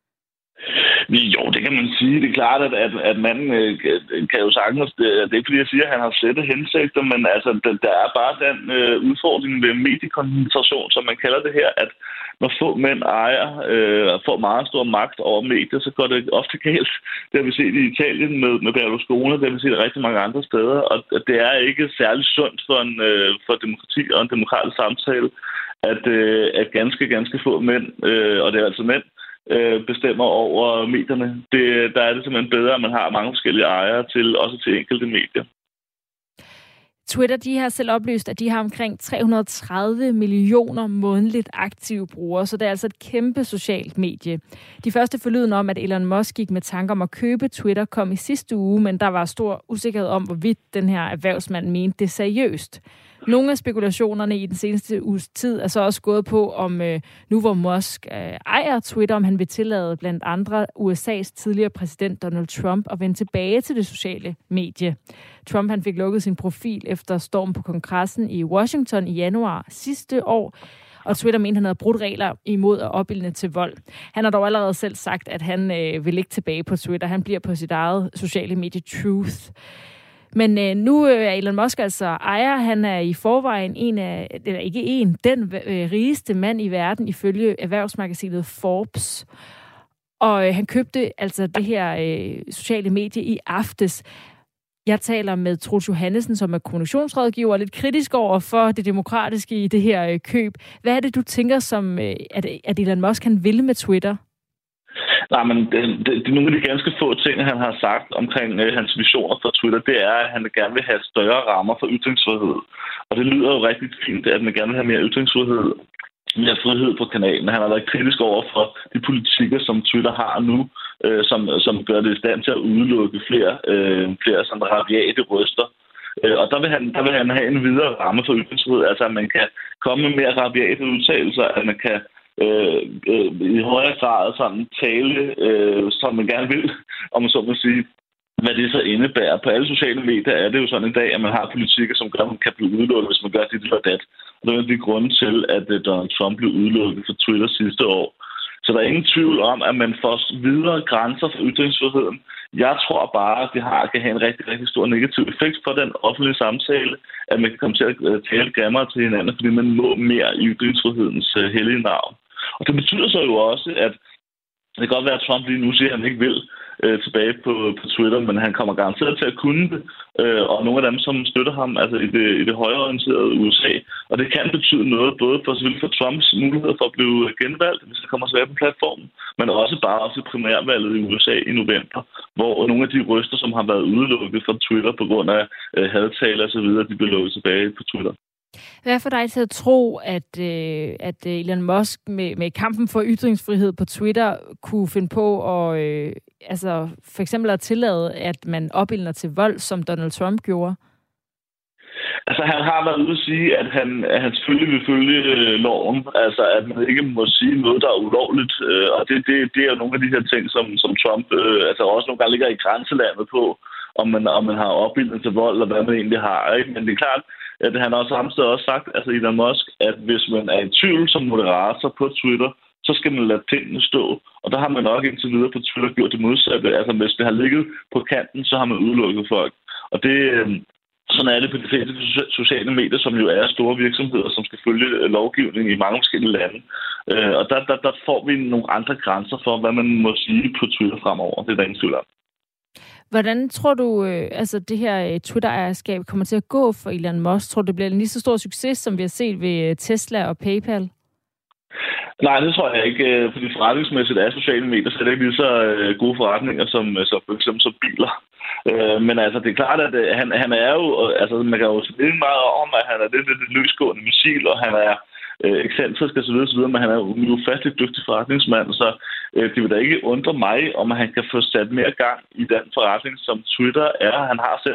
Jo, det kan man sige. Det er klart, at man kan jo sagtens... Det er ikke fordi, jeg siger, at han har slette hensigter, men altså, der er bare den udfordring ved mediekoncentration, som man kalder det her, at når få mænd ejer får meget stor magt over medier, så går det ofte galt. Det har vi set i Italien med Berlusconi, det har vi set rigtig mange andre steder, og det er ikke særlig sundt for demokrati og en demokratisk samtale, at ganske få mænd, og det er altså mænd, bestemmer over medierne. Der er det simpelthen bedre, at man har mange forskellige ejere også til enkelte medier. Twitter, de har selv oplyst, at de har omkring 330 millioner månedligt aktive brugere, så det er altså et kæmpe socialt medie. De første forlyden om, at Elon Musk gik med tanker om at købe Twitter, kom i sidste uge, men der var stor usikkerhed om, hvorvidt den her erhvervsmand mente det seriøst. Nogle af spekulationerne i den seneste uges tid er så også gået på, om nu hvor Musk ejer Twitter, om han vil tillade blandt andre USA's tidligere præsident Donald Trump at vende tilbage til det sociale medie. Trump han fik lukket sin profil efter storm på kongressen i Washington i januar sidste år, og Twitter mente, han havde brudt regler imod at opildne til vold. Han har dog allerede selv sagt, at han vil ikke tilbage på Twitter. Han bliver på sit eget sociale medie Truth. Men nu er Elon Musk altså ejer. Han er i forvejen den rigeste mand i verden ifølge erhvervsmagasinet Forbes. Og han købte altså det her sociale medie i aftes. Jeg taler med Troels Johannesen, som er kommunikationsrådgiver, og lidt kritisk over for det demokratiske i det her køb. Hvad er det, du tænker, som at Elon Musk kan vil med Twitter? Nej, men det er nogle af de ganske få ting, han har sagt omkring hans visioner for Twitter, det er, at han gerne vil have større rammer for ytringsfrihed. Og det lyder jo rigtig fint, at man gerne vil have mere ytringsfrihed, mere frihed på kanalen. Han har været kritisk over for de politikker, som Twitter har nu, som gør det i stand til at udelukke flere sådan rabiate røster. Og der vil han have en videre ramme for ytringsfrihed, altså at man kan komme med mere rabiate udtalelser, at man kan i højere grad sådan tale, som man gerne vil, om man så må sige. hvad det så indebærer. På alle sociale medier er det jo sådan i dag, at man har politikker, som gør, at man kan blive udelukket, hvis man gør det eller dat. Og det er de grunde til, at Donald Trump blev udelukket fra Twitter sidste år. Så der er ingen tvivl om, at man får videre grænser for ytringsfriheden. Jeg tror bare, at det kan have en rigtig, rigtig stor negativ effekt for den offentlige samtale, at man kan komme til at tale grimmere til hinanden, fordi man må mere i ytringsfrihedens hellige navn. Og det betyder så jo også, at det kan godt være, at Trump lige nu siger, at han ikke vil tilbage på Twitter, men han kommer garanteret til at kunne det. Og nogle af dem, som støtter ham, altså i det højreorienterede USA. Og det kan betyde noget, både selvfølgelig for Trumps mulighed for at blive genvalgt, hvis han kommer tilbage på platformen, men også i primærvalget i USA i november, hvor nogle af de røster, som har været udelukket fra Twitter på grund af hadtale og så videre, de bliver lukket tilbage på Twitter. Hvad er for dig til at tro, at Elon Musk med kampen for ytringsfrihed på Twitter kunne finde på at for eksempel at tillade, at man opildner til vold, som Donald Trump gjorde? Altså, han har været ude at sige, at han selvfølgelig vil følge loven. Altså, at man ikke må sige noget, der er ulovligt. Og det er jo nogle af de her ting, som Trump også nogle gange ligger i grænselandet på, om man har opildnet til vold, eller hvad man egentlig har. Ikke? Men det er klart, at han har også samtidig også sagt, altså Elon Musk, at hvis man er i tvivl som moderator på Twitter, så skal man lade tingene stå. Og der har man nok indtil videre på Twitter gjort det modsatte. Altså hvis det har ligget på kanten, så har man udelukket folk. Og det, sådan er det på de fleste sociale medier, som jo er store virksomheder, som skal følge lovgivning i mange forskellige lande. Og der får vi nogle andre grænser for, hvad man må sige på Twitter fremover. Det er der ingen tvivl om. Hvordan tror du, det her Twitter-ejerskab kommer til at gå for Elon Musk? Tror du, det bliver en lige så stor succes, som vi har set ved Tesla og PayPal? Nej, det tror jeg ikke, fordi forretningsmæssigt er sociale medier, så er det ikke lige så gode forretninger som for eksempel som biler. Men altså, det er klart, at han er jo, altså man kan jo sige meget om, at han er lidt løsgående missil, og han er ekscentrisk og så videre, men han er jo ufattelig dygtig forretningsmand, så det vil da ikke undre mig, om han kan få sat mere gang i den forretning, som Twitter er. Han har selv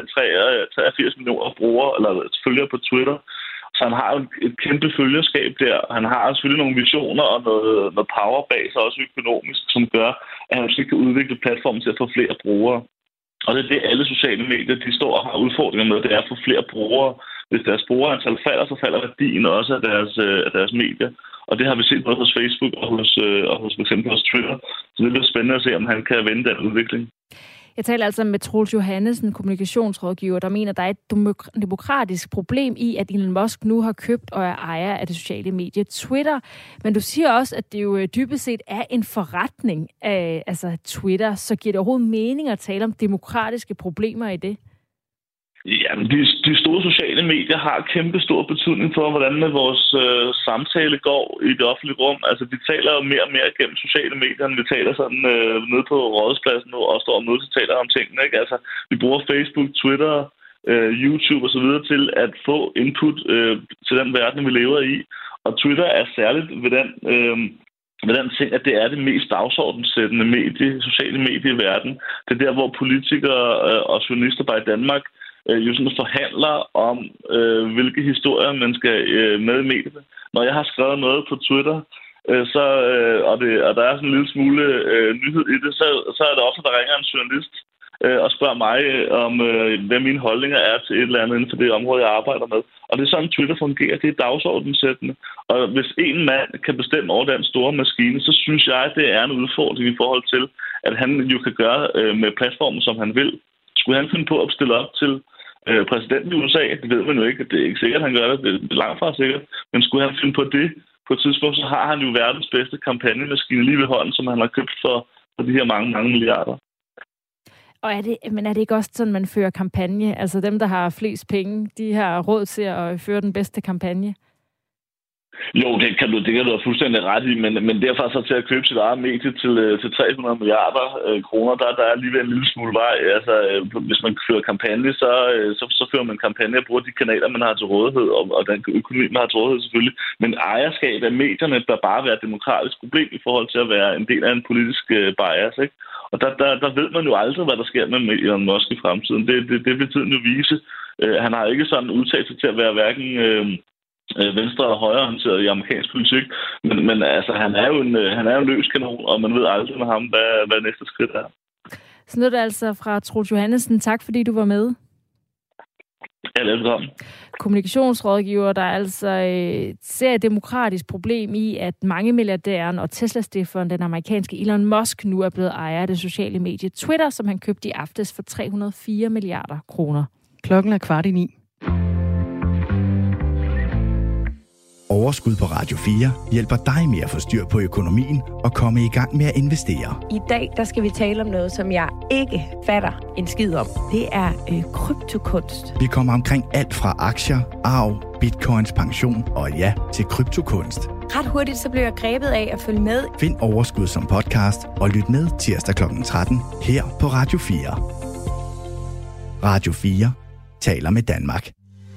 83 millioner brugere, eller følgere på Twitter, så han har et kæmpe følgerskab der. Han har selvfølgelig nogle visioner og noget power bag sig, også økonomisk, som gør, at han måske kan udvikle platformen til at få flere brugere. Og det er det, alle sociale medier, de står og har udfordringer med, det er at få flere brugere. Hvis deres brugerantal falder, så falder værdien også af deres medier. Og det har vi set både hos Facebook og hos for eksempel hos Twitter. Så det bliver spændende at se, om han kan vende den udvikling. Jeg taler altså med Troels Johannesen, kommunikationsrådgiver, der mener, der er et demokratisk problem i, at Elon Musk nu har købt og er ejer af det sociale medie Twitter. Men du siger også, at det jo dybest set er en forretning af Twitter. Så giver det overhovedet mening at tale om demokratiske problemer i det? Jamen, de store sociale medier har kæmpe stor betydning for, hvordan vores samtale går i det offentlige rum. Altså, vi taler jo mere og mere gennem sociale medier, vi taler sådan nede på Rådhuspladsen og står og mødes og taler om tingene, ikke? Altså, vi bruger Facebook, Twitter, YouTube og så videre til at få input til den verden, vi lever i. Og Twitter er særligt ved den ting, at det er det mest dagsordenssættende sociale medie i verden. Det er der, hvor politikere og journalister bare i Danmark jo sådan forhandler om, hvilke historier man skal med i medierne. Når jeg har skrevet noget på Twitter, og der er sådan en lille smule nyhed i det, så er det ofte, der ringer en journalist og spørger mig om, hvad mine holdninger er til et eller andet inden for det område, jeg arbejder med. Og det er sådan, Twitter fungerer. Det er dagsordenssættende. Og hvis en mand kan bestemme over den store maskine, så synes jeg, at det er en udfordring i forhold til, at han jo kan gøre med platformen, som han vil. Skulle han finde på at stille op til præsidenten i USA, det ved man jo ikke, det er ikke sikkert, at han gør det, det er langt fra sikkert, men skulle han finde på det på et tidspunkt, så har han jo verdens bedste kampagnemaskine lige ved hånden, som han har købt for de her mange, mange milliarder. Og er det ikke også sådan, man fører kampagne? Altså dem, der har flest penge, de har råd til at føre den bedste kampagne? Jo, det kan du have fuldstændig ret i, men derfor så til at købe sit eget medie til 300 milliarder kroner, der er alligevel en lille smule vej. Altså, hvis man fører kampagne, så fører man kampagne og bruger de kanaler, man har til rådighed, og den økonomi, man har til rådighed selvfølgelig. Men ejerskab af medierne bør bare være et demokratisk problem i forhold til at være en del af en politisk bias, ikke? Og der ved man jo aldrig, hvad der sker med Elon Musk i fremtiden. Det vil tiden jo vise. Han har ikke sådan udtalt sig til at være hverken venstre- eller højreorienteret i amerikansk politik, men altså, han er jo en løs kanon, og man ved aldrig med ham, hvad næste skridt er. Så lød det altså fra Troels Johannessen. Tak fordi du var med. Ja, velkommen. Kommunikationsrådgiver, der altså ser et demokratisk problem i, at mange milliardæren og Tesla-stifteren, den amerikanske Elon Musk, nu er blevet ejer af det sociale medie Twitter, som han købte i aftes for 304 milliarder kroner. Klokken er 8:45. Overskud på Radio 4 hjælper dig med at få styr på økonomien og komme i gang med at investere. I dag der skal vi tale om noget, som jeg ikke fatter en skid om. Det er kryptokunst. Vi kommer omkring alt fra aktier, arv, bitcoins, pension og ja, til kryptokunst. Ret hurtigt så blev jeg grebet af at følge med. Find Overskud som podcast og lyt med tirsdag kl. 13 her på Radio 4. Radio 4 taler med Danmark.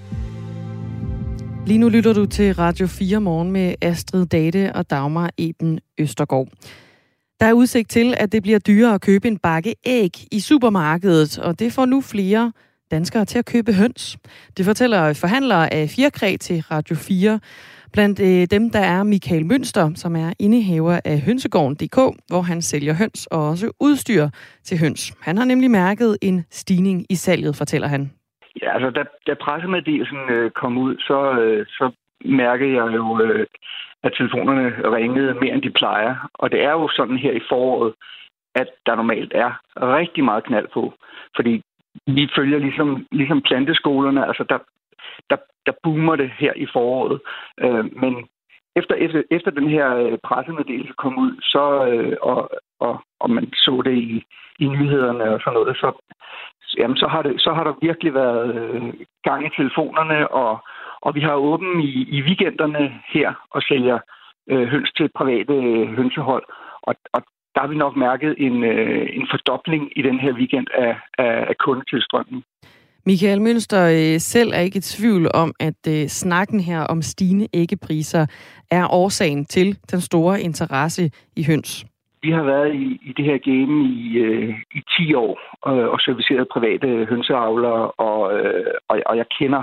Lige nu lytter du til Radio 4 morgen med Astrid Date og Dagmar Eben Østergaard. Der er udsigt til, at det bliver dyrere at købe en bakke æg i supermarkedet, og det får nu flere danskere til at købe høns. Det fortæller forhandlere af fjerkræ til Radio 4. Blandt dem, der er Michael Mønster, som er indehaver af hønsegården.dk, hvor han sælger høns og også udstyr til høns. Han har nemlig mærket en stigning i salget, fortæller han. Ja, altså da pressemeddelelsen kom ud, så mærkede jeg jo, at telefonerne ringede mere end de plejer. Og det er jo sådan her i foråret, at der normalt er rigtig meget knald på. Fordi vi følger ligesom planteskolerne, altså der boomer det her i foråret. Men efter den her pressemeddelelse kom ud, så og man så det i nyhederne og sådan noget, så har der virkelig været gang i telefonerne, og vi har åbent i weekenderne her og sælger høns til private hønsehold. Og der har vi nok mærket en fordobling i den her weekend af kundetilstrømning. Michael Mønster selv er ikke i tvivl om, at snakken her om stigende æggepriser er årsagen til den store interesse i høns. Vi har været i det her game i 10 år og serviceret private hønseavlere, og jeg kender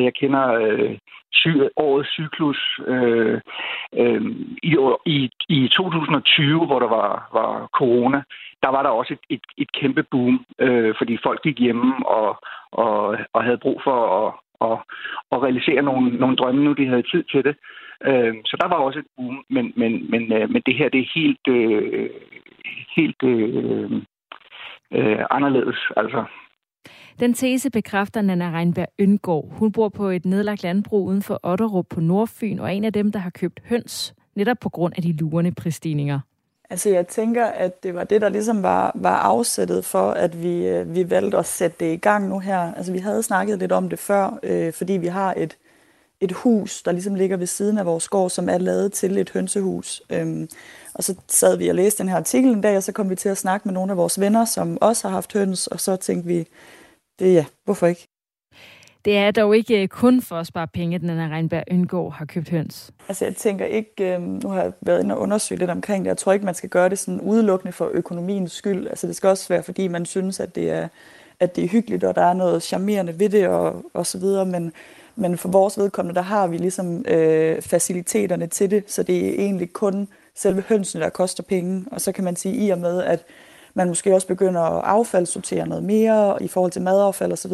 årets cyklus. I 2020, hvor der var corona, der var der også et kæmpe boom, fordi folk gik hjemme og havde brug for at realisere nogle drømme, nu de havde tid til det. Så der var også et boom, men det her, det er helt anderledes, altså. Den tese bekræfter Nanna Reinberg Yndgaard. Hun bor på et nedlagt landbrug uden for Otterup på Nordfyn, og er en af dem, der har købt høns, netop på grund af de lurende prisstigninger. Altså jeg tænker, at det var det, der ligesom var afsættet for, at vi valgte at sætte det i gang nu her. Altså vi havde snakket lidt om det før, fordi vi har et hus, der ligesom ligger ved siden af vores gård, som er lavet til et hønsehus. Og så sad vi og læste den her artikel en dag, og så kom vi til at snakke med nogle af vores venner, som også har haft høns, og så tænkte vi, hvorfor ikke? Det er dog ikke kun for at spare penge, at Nanna Reinberg Yndgaard har købt høns. Altså jeg tænker ikke, nu har jeg været inde og undersøge lidt omkring det, jeg tror ikke, man skal gøre det sådan udelukkende for økonomiens skyld. Altså det skal også være, fordi man synes, at det er hyggeligt, og der er noget charmerende ved det, og så videre, men for vores vedkommende, der har vi ligesom faciliteterne til det, så det er egentlig kun selve hønsene, der koster penge. Og så kan man sige, i og med, at man måske også begynder at affaldssortere noget mere i forhold til madaffald osv.,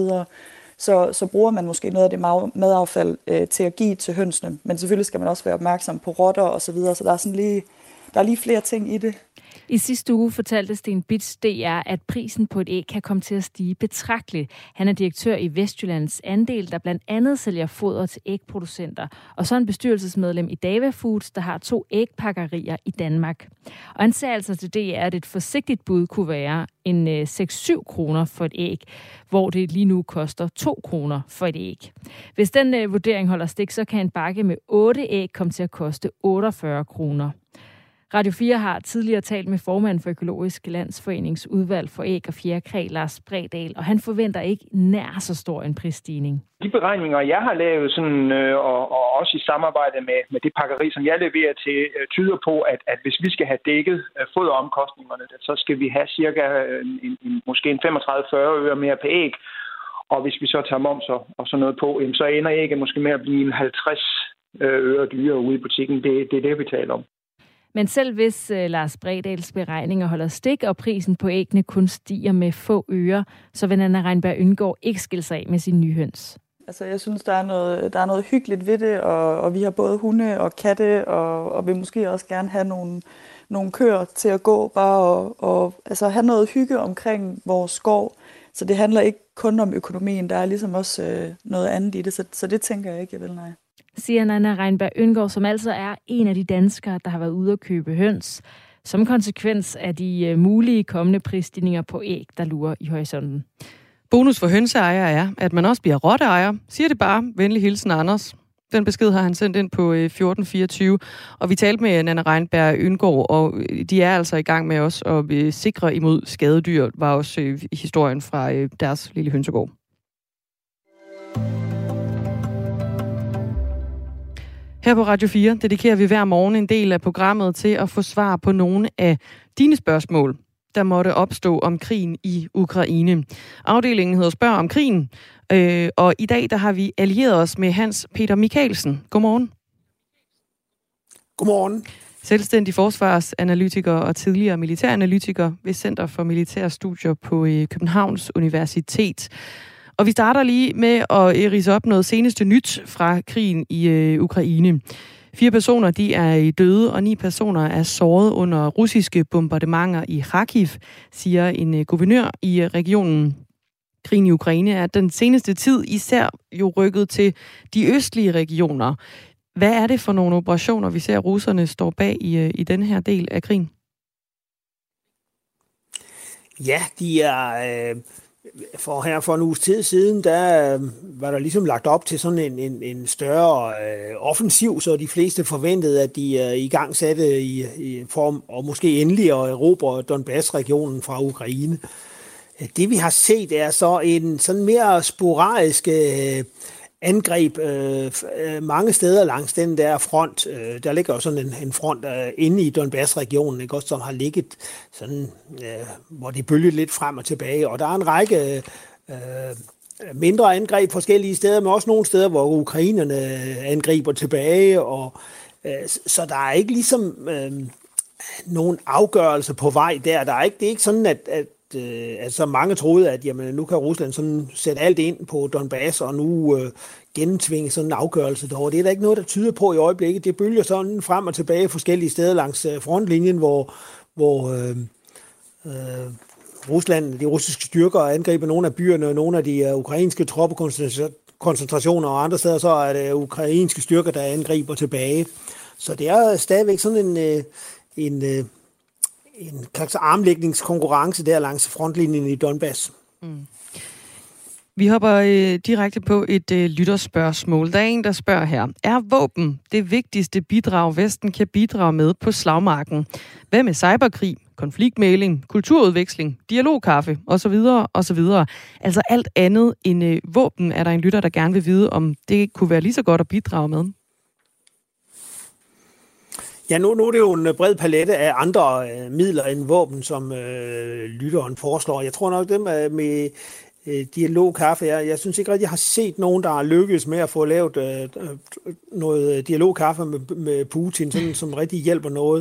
så bruger man måske noget af det madaffald til at give til hønsene. Men selvfølgelig skal man også være opmærksom på rotter osv., så der er lige flere ting i det. I sidste uge fortalte Sten Bitz DR, at prisen på et æg kan komme til at stige betragteligt. Han er direktør i Vestjyllands Andel, der blandt andet sælger foder til ægproducenter. Og så en bestyrelsesmedlem i Dava Foods, der har 2 ægpakkerier i Danmark. Og han sagde altså til DR, at et forsigtigt bud kunne være en 6-7 kroner for et æg, hvor det lige nu koster 2 kroner for et æg. Hvis den vurdering holder stik, så kan en bakke med 8 æg komme til at koste 48 kroner. Radio 4 har tidligere talt med formanden for Økologisk Landsforenings udvalg for æg og fjerkræ, Lars Bredal, og han forventer ikke nær så stor en prisstigning. De beregninger, jeg har lavet, sådan, og også i samarbejde med det pakkeri, som jeg leverer til, tyder på, at hvis vi skal have dækket foderomkostningerne, så skal vi have cirka måske en 35-40 øre mere per æg. Og hvis vi så tager moms og sådan noget på, så ender ægget måske med at blive en 50 øre dyrere ude i butikken. Det er det, vi taler om. Men selv hvis Lars Bredals beregninger holder stik, og prisen på æggene kun stiger med få øre, så vil Nanna Reinberg Øngaard ikke skille sig af med sine nye høns. Altså, jeg synes, der er noget hyggeligt ved det, og vi har både hunde og katte, og vil måske også gerne have nogle køer til at gå, bare og altså, have noget hygge omkring vores skov. Så det handler ikke kun om økonomien, der er ligesom også noget andet i det, så det tænker jeg ikke, jeg vil, nej. Siger Nanna Reinberg Øngaard, som altså er en af de danskere, der har været ude at købe høns, som konsekvens af de mulige kommende prisstigninger på æg, der lurer i horisonten. Bonus for hønseejere er, at man også bliver rotteejer. Siger det bare. Venlig hilsen, Anders. Den besked har han sendt ind på 1424. Og vi talte med Nanna Reinberg Øngaard, og de er altså i gang med os at sikre imod skadedyr, var også historien fra deres lille hønsegård. Her på Radio 4 dedikerer vi hver morgen en del af programmet til at få svar på nogle af dine spørgsmål, der måtte opstå om krigen i Ukraine. Afdelingen hedder Spørg om krigen, og i dag der har vi allieret os med Hans Peter Michaelsen. Godmorgen. Godmorgen. Selvstændig forsvarsanalytiker og tidligere militæranalytiker ved Center for Militære Studier på Københavns Universitet. Og vi starter lige med at ridse op noget seneste nyt fra krigen i Ukraine. 4 personer de er døde, og 9 personer er såret under russiske bombardementer i Kharkiv, siger en guvernør i regionen. Krigen i Ukraine er den seneste tid især jo rykket til de østlige regioner. Hvad er det for nogle operationer, vi ser, russerne står bag i den her del af krigen? Ja, de er... For en uges tid siden, der var der ligesom lagt op til sådan en større offensiv, så de fleste forventede, at de i gang satte i form, og måske endelig at erobre Donbass-regionen fra Ukraine. Det vi har set er så en sådan mere sporadisk angreb mange steder langs den der front. Der ligger jo sådan en front inde i Donbass-regionen, ikke, også, som har ligget sådan, hvor det bølger lidt frem og tilbage. Og der er en række mindre angreb forskellige steder, men også nogle steder, hvor ukrainerne angriber tilbage. Og, så der er ikke ligesom nogen afgørelse på vej der. Det er ikke sådan, at altså mange troede, at jamen, nu kan Rusland sådan sætte alt ind på Donbass, og nu gennemtvinge sådan en afgørelse derovre. Det er der ikke noget, der tyder på i øjeblikket. Det bølger sådan frem og tilbage forskellige steder langs frontlinjen, hvor Rusland, de russiske styrker angriber nogle af byerne, og nogle af de ukrainske troppekoncentrationer, og andre steder så er det ukrainske styrker, der angriber tilbage. Så det er stadigvæk sådan en slags armlægningskonkurrence der langs frontlinjen i Donbass. Mm. Vi hopper direkte på et lytterspørgsmål. Der er en, der spørger her. Er våben det vigtigste bidrag, Vesten kan bidrage med på slagmarken? Hvad med cyberkrig, konfliktmægling, kulturudveksling, dialogkaffe osv. osv.? Altså alt andet end våben er der en lytter, der gerne vil vide, om det kunne være lige så godt at bidrage med. Ja, nu er det jo en bred palette af andre midler end våben, som lytteren foreslår. Jeg tror nok, dem med dialogkaffe, jeg synes ikke rigtig, jeg har set nogen, der har lykkes med at få lavet noget dialogkaffe med Putin, sådan, som rigtig hjælper noget.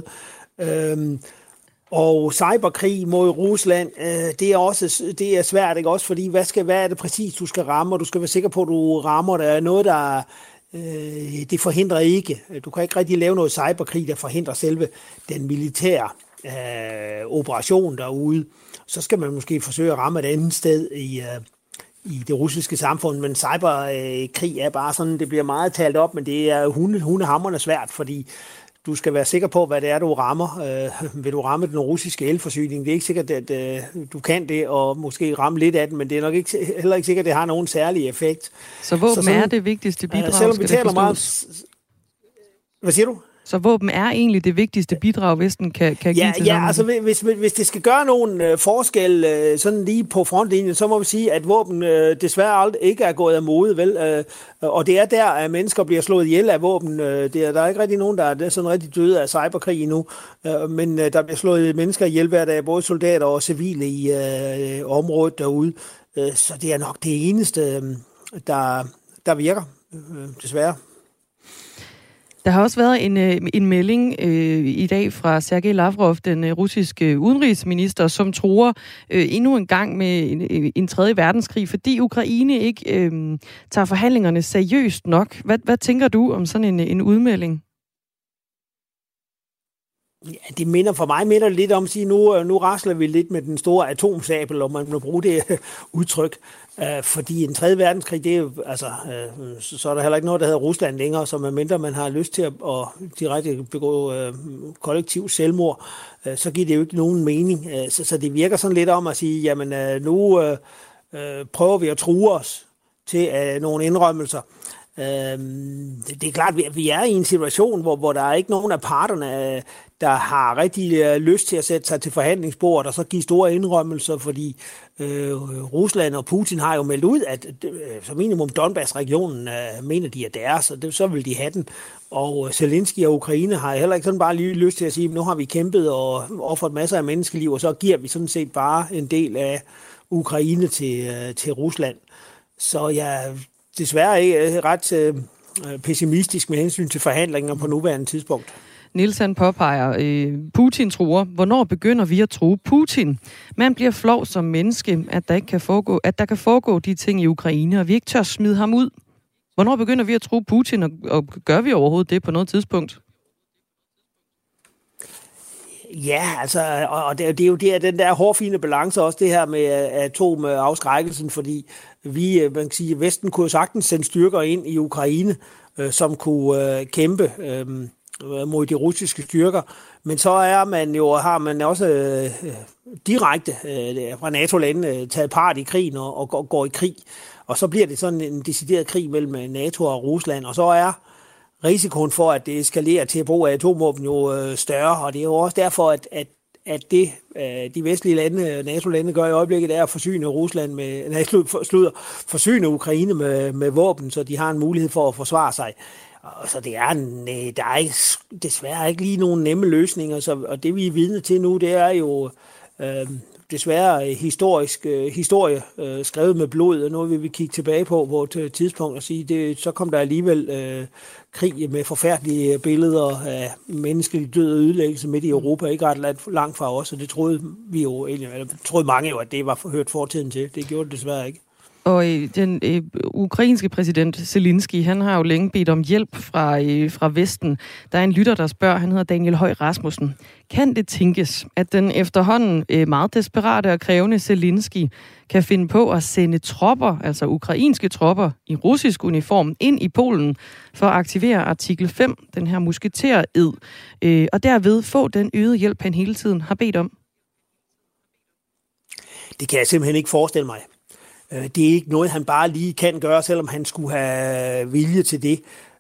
Og cyberkrig mod Rusland, det er svært, ikke også? Fordi hvad er det præcis, du skal ramme, og du skal være sikker på, at du rammer. Der er noget, der det forhindrer ikke. Du kan ikke rigtig lave noget cyberkrig, der forhindrer selve den militære operation derude. Så skal man måske forsøge at ramme et andet sted i det russiske samfund, men cyberkrig er bare sådan, det bliver meget talt op, men det er hundehamrende svært, fordi du skal være sikker på, hvad det er, du rammer. Vil du ramme den russiske elforsyning? Det er ikke sikkert, at du kan det, og måske ramme lidt af den, men det er nok heller ikke sikkert, at det har nogen særlig effekt. Så våben er det vigtigste bidrag, selvom vi taler meget... Hvad siger du? Så våben er egentlig det vigtigste bidrag, Vesten kan give til Ja, altså hvis det skal gøre nogen forskel sådan lige på frontlinjen, så må vi sige, at våben desværre aldrig ikke er gået af mode, vel? Og det er der, at mennesker bliver slået ihjel af våben. Der er ikke rigtig nogen, der er sådan rigtig døde af cyberkrig endnu, men der bliver slået mennesker ihjel hver dag, både soldater og civile i området derude. Så det er nok det eneste, der virker, desværre. Der har også været en melding i dag fra Sergej Lavrov, den russiske udenrigsminister, som truer endnu en gang med en 3. verdenskrig, fordi Ukraine ikke tager forhandlingerne seriøst nok. Hvad tænker du om sådan en udmelding? Ja, det minder lidt om at sige, nu rasler vi lidt med den store atomsabel, om man må bruge det udtryk. Fordi en 3. verdenskrig, det er jo, så er der heller ikke noget, der hedder Rusland længere, så medmindre man har lyst til at direkte begå kollektiv selvmord, så giver det jo ikke nogen mening. Så det virker sådan lidt om at sige, jamen nu prøver vi at true os til nogle indrømmelser. Det er klart, at vi er i en situation, hvor der er ikke nogen af parterne, der har rigtig lyst til at sætte sig til forhandlingsbordet og så give store indrømmelser, fordi Rusland og Putin har jo meldt ud, at som minimum Donbass-regionen mener de er deres, og så vil de have den. Og Zelensky og Ukraine har heller ikke sådan bare lige lyst til at sige, at nu har vi kæmpet og offret masser af menneskeliv, og så giver vi sådan set bare en del af Ukraine til Rusland. Så jeg desværre ikke ret pessimistisk med hensyn til forhandlinger på nuværende tidspunkt. Niels han påpeger, Putin truer. Hvornår begynder vi at true Putin? Man bliver flov som menneske, at der kan foregå de ting i Ukraine, og vi ikke tør smide ham ud. Hvornår begynder vi at true Putin, og gør vi overhovedet det på noget tidspunkt? Ja, og det er jo den der hårfine balance også, det her med atomafskrækkelsen, fordi man kan sige, Vesten kunne jo sagtens sende styrker ind i Ukraine, som kunne kæmpe mod de russiske styrker, men så har man også direkte fra NATO-lande taget part i krigen og går i krig, og så bliver det sådan en decideret krig mellem NATO og Rusland, og så er risikoen for, at det eskalerer til brug af atomvåben jo større, og det er jo også derfor, at det de vestlige lande, NATO-lande gør i øjeblikket, er at forsyne forsyne Ukraine med våben, så de har en mulighed for at forsvare sig. Så der er ikke, desværre ikke lige nogen nemme løsninger, og det vi er vidne til nu, det er jo desværre historie skrevet med blod, og noget vil vi kigge tilbage på et tidspunkt og sige, så kom der alligevel krig med forfærdelige billeder af menneskelig død og ødelæggelse midt i Europa, ikke ret langt fra os, og det troede vi jo egentlig, eller troede mange jo, at det var hørt fortiden til. Det gjorde det desværre ikke. Og den ukrainske præsident Zelensky, han har jo længe bedt om hjælp fra Vesten. Der er en lytter, der spørger, han hedder Daniel Høj Rasmussen. Kan det tænkes, at den efterhånden meget desperate og krævende Zelensky kan finde på at sende tropper, altså ukrainske tropper, i russisk uniform ind i Polen for at aktivere artikel 5, den her musketered, og derved få den øgede hjælp, han hele tiden har bedt om? Det kan jeg simpelthen ikke forestille mig. Det er ikke noget, han bare lige kan gøre, selvom han skulle have vilje til det.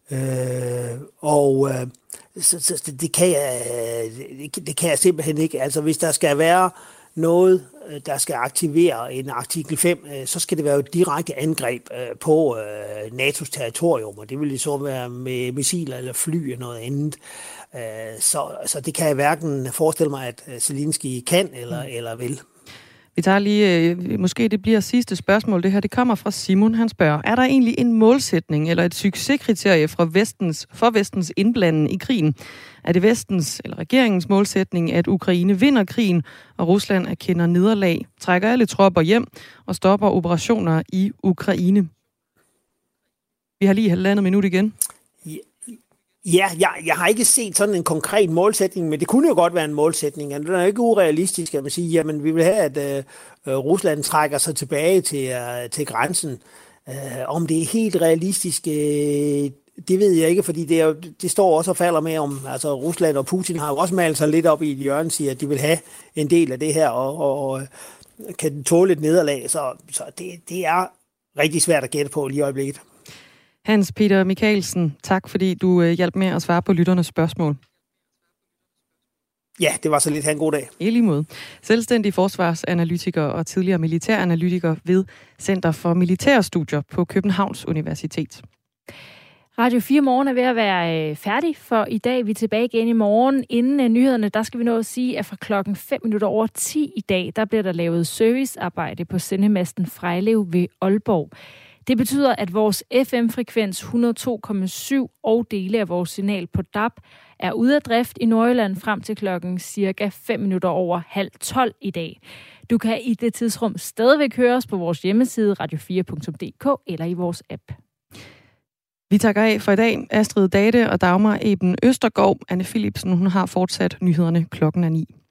Så det kan jeg simpelthen ikke. Altså, hvis der skal være noget, der skal aktivere en artikel 5, så skal det være et direkte angreb på NATO's territorium, og det vil så være med missiler eller fly eller noget andet. Så det kan jeg hverken forestille mig, at Zelensky kan eller vil. Vi tager lige, måske det bliver sidste spørgsmål, det her, det kommer fra Simon, han spørger, er der egentlig en målsætning eller et succeskriterie for Vestens indblanding i krigen? Er det Vestens eller regeringens målsætning, at Ukraine vinder krigen, og Rusland erkender nederlag, trækker alle tropper hjem og stopper operationer i Ukraine? Vi har lige 1,5 minut igen. Ja, jeg har ikke set sådan en konkret målsætning, men det kunne jo godt være en målsætning. Den er ikke urealistisk, at man siger, jamen vi vil have, at Rusland trækker sig tilbage til grænsen. Om det er helt realistisk, det ved jeg ikke, fordi det står også og falder med om, altså Rusland og Putin har jo også malet sig lidt op i et hjørne, siger, at de vil have en del af det her, og kan tåle et nederlag. Så det er rigtig svært at gætte på lige i øjeblikket. Hans Peter Michaelsen, tak fordi du hjalp med at svare på lytternes spørgsmål. Ja, det var så lidt. Ha' en god dag. I lige måde. Selvstændig forsvarsanalytiker og tidligere militæranalytiker ved Center for Militærstudier på Københavns Universitet. Radio 4 Morgen er ved at være færdig for i dag. Vi er tilbage igen i morgen. Inden nyhederne, der skal vi nå at sige, at fra klokken 5:05 i dag, der bliver der lavet servicearbejde på sendemasten Frejlev ved Aalborg. Det betyder, at vores FM-frekvens 102,7 og dele af vores signal på DAB er ude af drift i Nordjylland frem til klokken cirka 5 minutter over 11:30 i dag. Du kan i det tidsrum stadigvæk høre os på vores hjemmeside radio4.dk eller i vores app. Vi takker af for i dag. Astrid Date og Dagmar Eben Østergaard. Anne Philipsen, hun har fortsat nyhederne klokken 9.